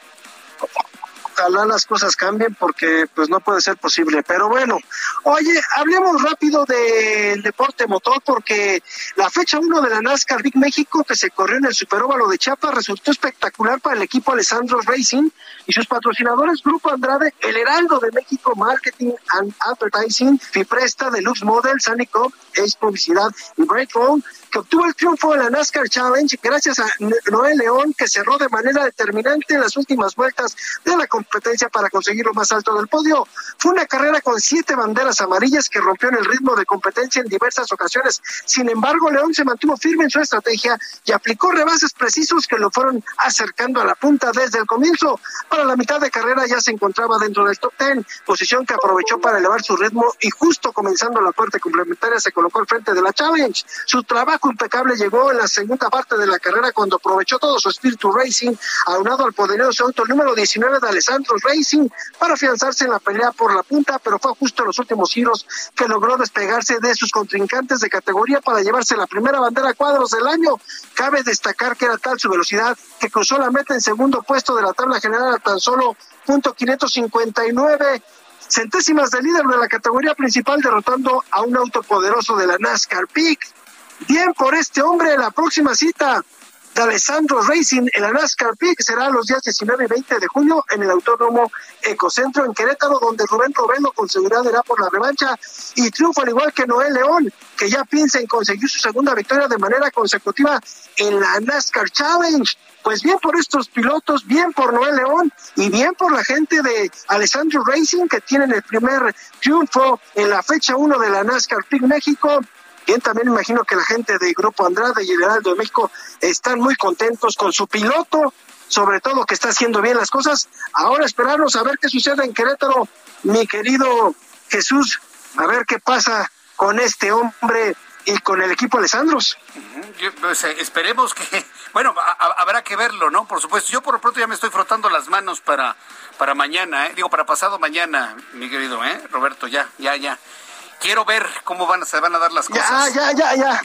Ojalá las cosas cambien, porque pues no puede ser posible. Pero bueno, oye, hablemos rápido del deporte motor, porque la fecha uno de la NASCAR Big México, que se corrió en el Superóvalo de Chiapas, resultó espectacular para el equipo Alessandro Racing y sus patrocinadores Grupo Andrade, El Heraldo de México, Marketing and Advertising, Fipresta, Deluxe Model, Sanicop, Ace Publicidad y Breakroll, que obtuvo el triunfo en la NASCAR Challenge gracias a Noel León, que cerró de manera determinante en las últimas vueltas de la competencia para conseguir lo más alto del podio. Fue una carrera con siete banderas amarillas que rompió en el ritmo de competencia en diversas ocasiones. Sin embargo, León se mantuvo firme en su estrategia y aplicó rebases precisos que lo fueron acercando a la punta desde el comienzo. Para la mitad de carrera ya se encontraba dentro del top ten, posición que aprovechó para elevar su ritmo, y justo comenzando la parte complementaria se colocó al frente de la Challenge. Su trabajo impecable llegó en la segunda parte de la carrera, cuando aprovechó todo su espíritu racing, aunado al poderoso auto número diecinueve de Alessandro Racing, para afianzarse en la pelea por la punta, pero fue justo en los últimos giros que logró despegarse de sus contrincantes de categoría para llevarse la primera bandera cuadros del año. Cabe destacar que era tal su velocidad que cruzó la meta en segundo puesto de la tabla general a tan solo punto quinientos cincuenta y nueve centésimas del líder de la categoría principal, derrotando a un auto poderoso de la NASCAR Peak. Bien por este hombre. La próxima cita de Alessandro Racing en la NASCAR Peak será los días diecinueve y veinte de junio en el Autódromo Ecocentro en Querétaro, donde Rubén Robelo con seguridad irá por la revancha y triunfa, al igual que Noel León, que ya piensa en conseguir su segunda victoria de manera consecutiva en la NASCAR Challenge. Pues bien por estos pilotos, bien por Noel León y bien por la gente de Alessandro Racing, que tienen el primer triunfo en la fecha uno de la NASCAR Peak México. Bien, también imagino que la gente de Grupo Andrade y El Heraldo de México están muy contentos con su piloto, sobre todo que está haciendo bien las cosas. Ahora esperarnos a ver qué sucede en Querétaro, mi querido Jesús, a ver qué pasa con este hombre y con el equipo Alessandros. Uh-huh. Yo, pues, eh, esperemos que, bueno, a, a, habrá que verlo, ¿no? Por supuesto, yo por lo pronto ya me estoy frotando las manos para, para mañana, ¿eh? Digo, para pasado mañana, mi querido, ¿eh? Roberto, ya, ya, ya. Quiero ver cómo van, se van a dar las cosas. Ya, ya, ya, ya.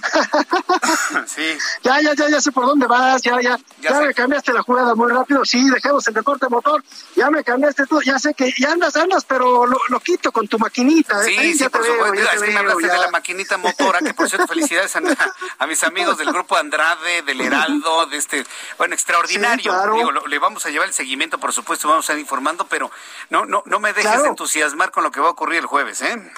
Sí. Ya, ya, ya, ya sé por dónde vas, ya, ya. Ya, ya me cambiaste la jugada muy rápido. Sí, dejemos el deporte motor. Ya me cambiaste tú. Ya sé que ya andas, andas, pero lo, lo quito con tu maquinita. Sí, ¿eh? sí, ya por te supuesto. Veo, ya es te que me veo, hablaste ya. de la maquinita motora, que por cierto, felicidades a, a mis amigos del Grupo Andrade, del Heraldo, de este, bueno, extraordinario. Sí, claro. Digo, lo, le vamos a llevar el seguimiento, por supuesto, vamos a estar informando, pero no, no, no me dejes Claro. de entusiasmar con lo que va a ocurrir el jueves, ¿eh?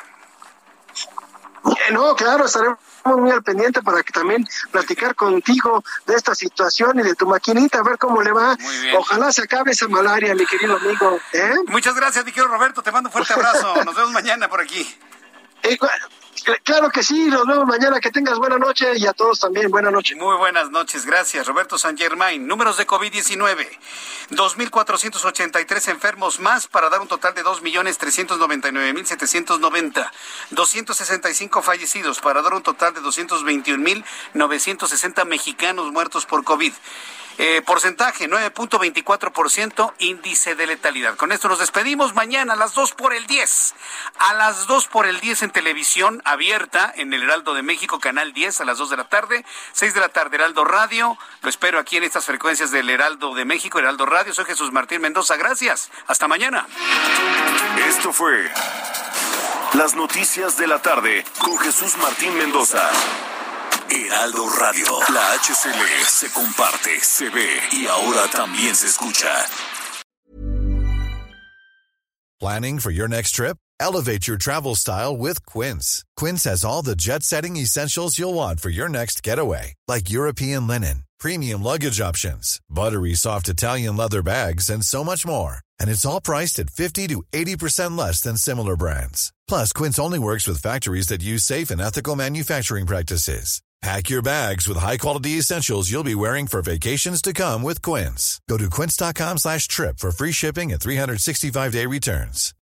Eh, No, claro, estaremos muy al pendiente para que también platicar contigo de esta situación y de tu maquinita, a ver cómo le va. Ojalá se acabe esa malaria, mi querido amigo. ¿eh? Muchas gracias, mi querido Roberto, te mando un fuerte abrazo. Nos vemos mañana por aquí. Eh, claro que sí, nos vemos mañana, que tengas buena noche y a todos también, buena noche. Muy buenas noches, gracias. Roberto San Germain. Números de COVID diecinueve, dos mil cuatrocientos ochenta y tres enfermos más para dar un total de dos millones trescientos noventa y nueve mil setecientos noventa. doscientos sesenta y cinco fallecidos para dar un total de doscientos veintiún mil novecientos sesenta mexicanos muertos por COVID. Eh, porcentaje nueve punto veinticuatro por ciento, índice de letalidad. Con esto nos despedimos. Mañana a las dos por el diez. A las dos por el diez en televisión abierta en el Heraldo de México, canal diez, a las dos de la tarde. seis de la tarde, Heraldo Radio. Lo espero aquí en estas frecuencias del Heraldo de México, Heraldo Radio. Soy Jesús Martín Mendoza. Gracias. Hasta mañana. Esto fue Las Noticias de la Tarde con Jesús Martín Mendoza. Heraldo Radio. La H C L se comparte, se ve y ahora también se escucha. Planning for your next trip? Elevate your travel style with Quince. Quince has all the jet-setting essentials you'll want for your next getaway, like European linen, premium luggage options, buttery soft Italian leather bags, and so much more. And it's all priced at fifty to eighty percent less than similar brands. Plus, Quince only works with factories that use safe and ethical manufacturing practices. Pack your bags with high-quality essentials you'll be wearing for vacations to come with Quince. Go to quince dot com slash trip for free shipping and three sixty-five day returns.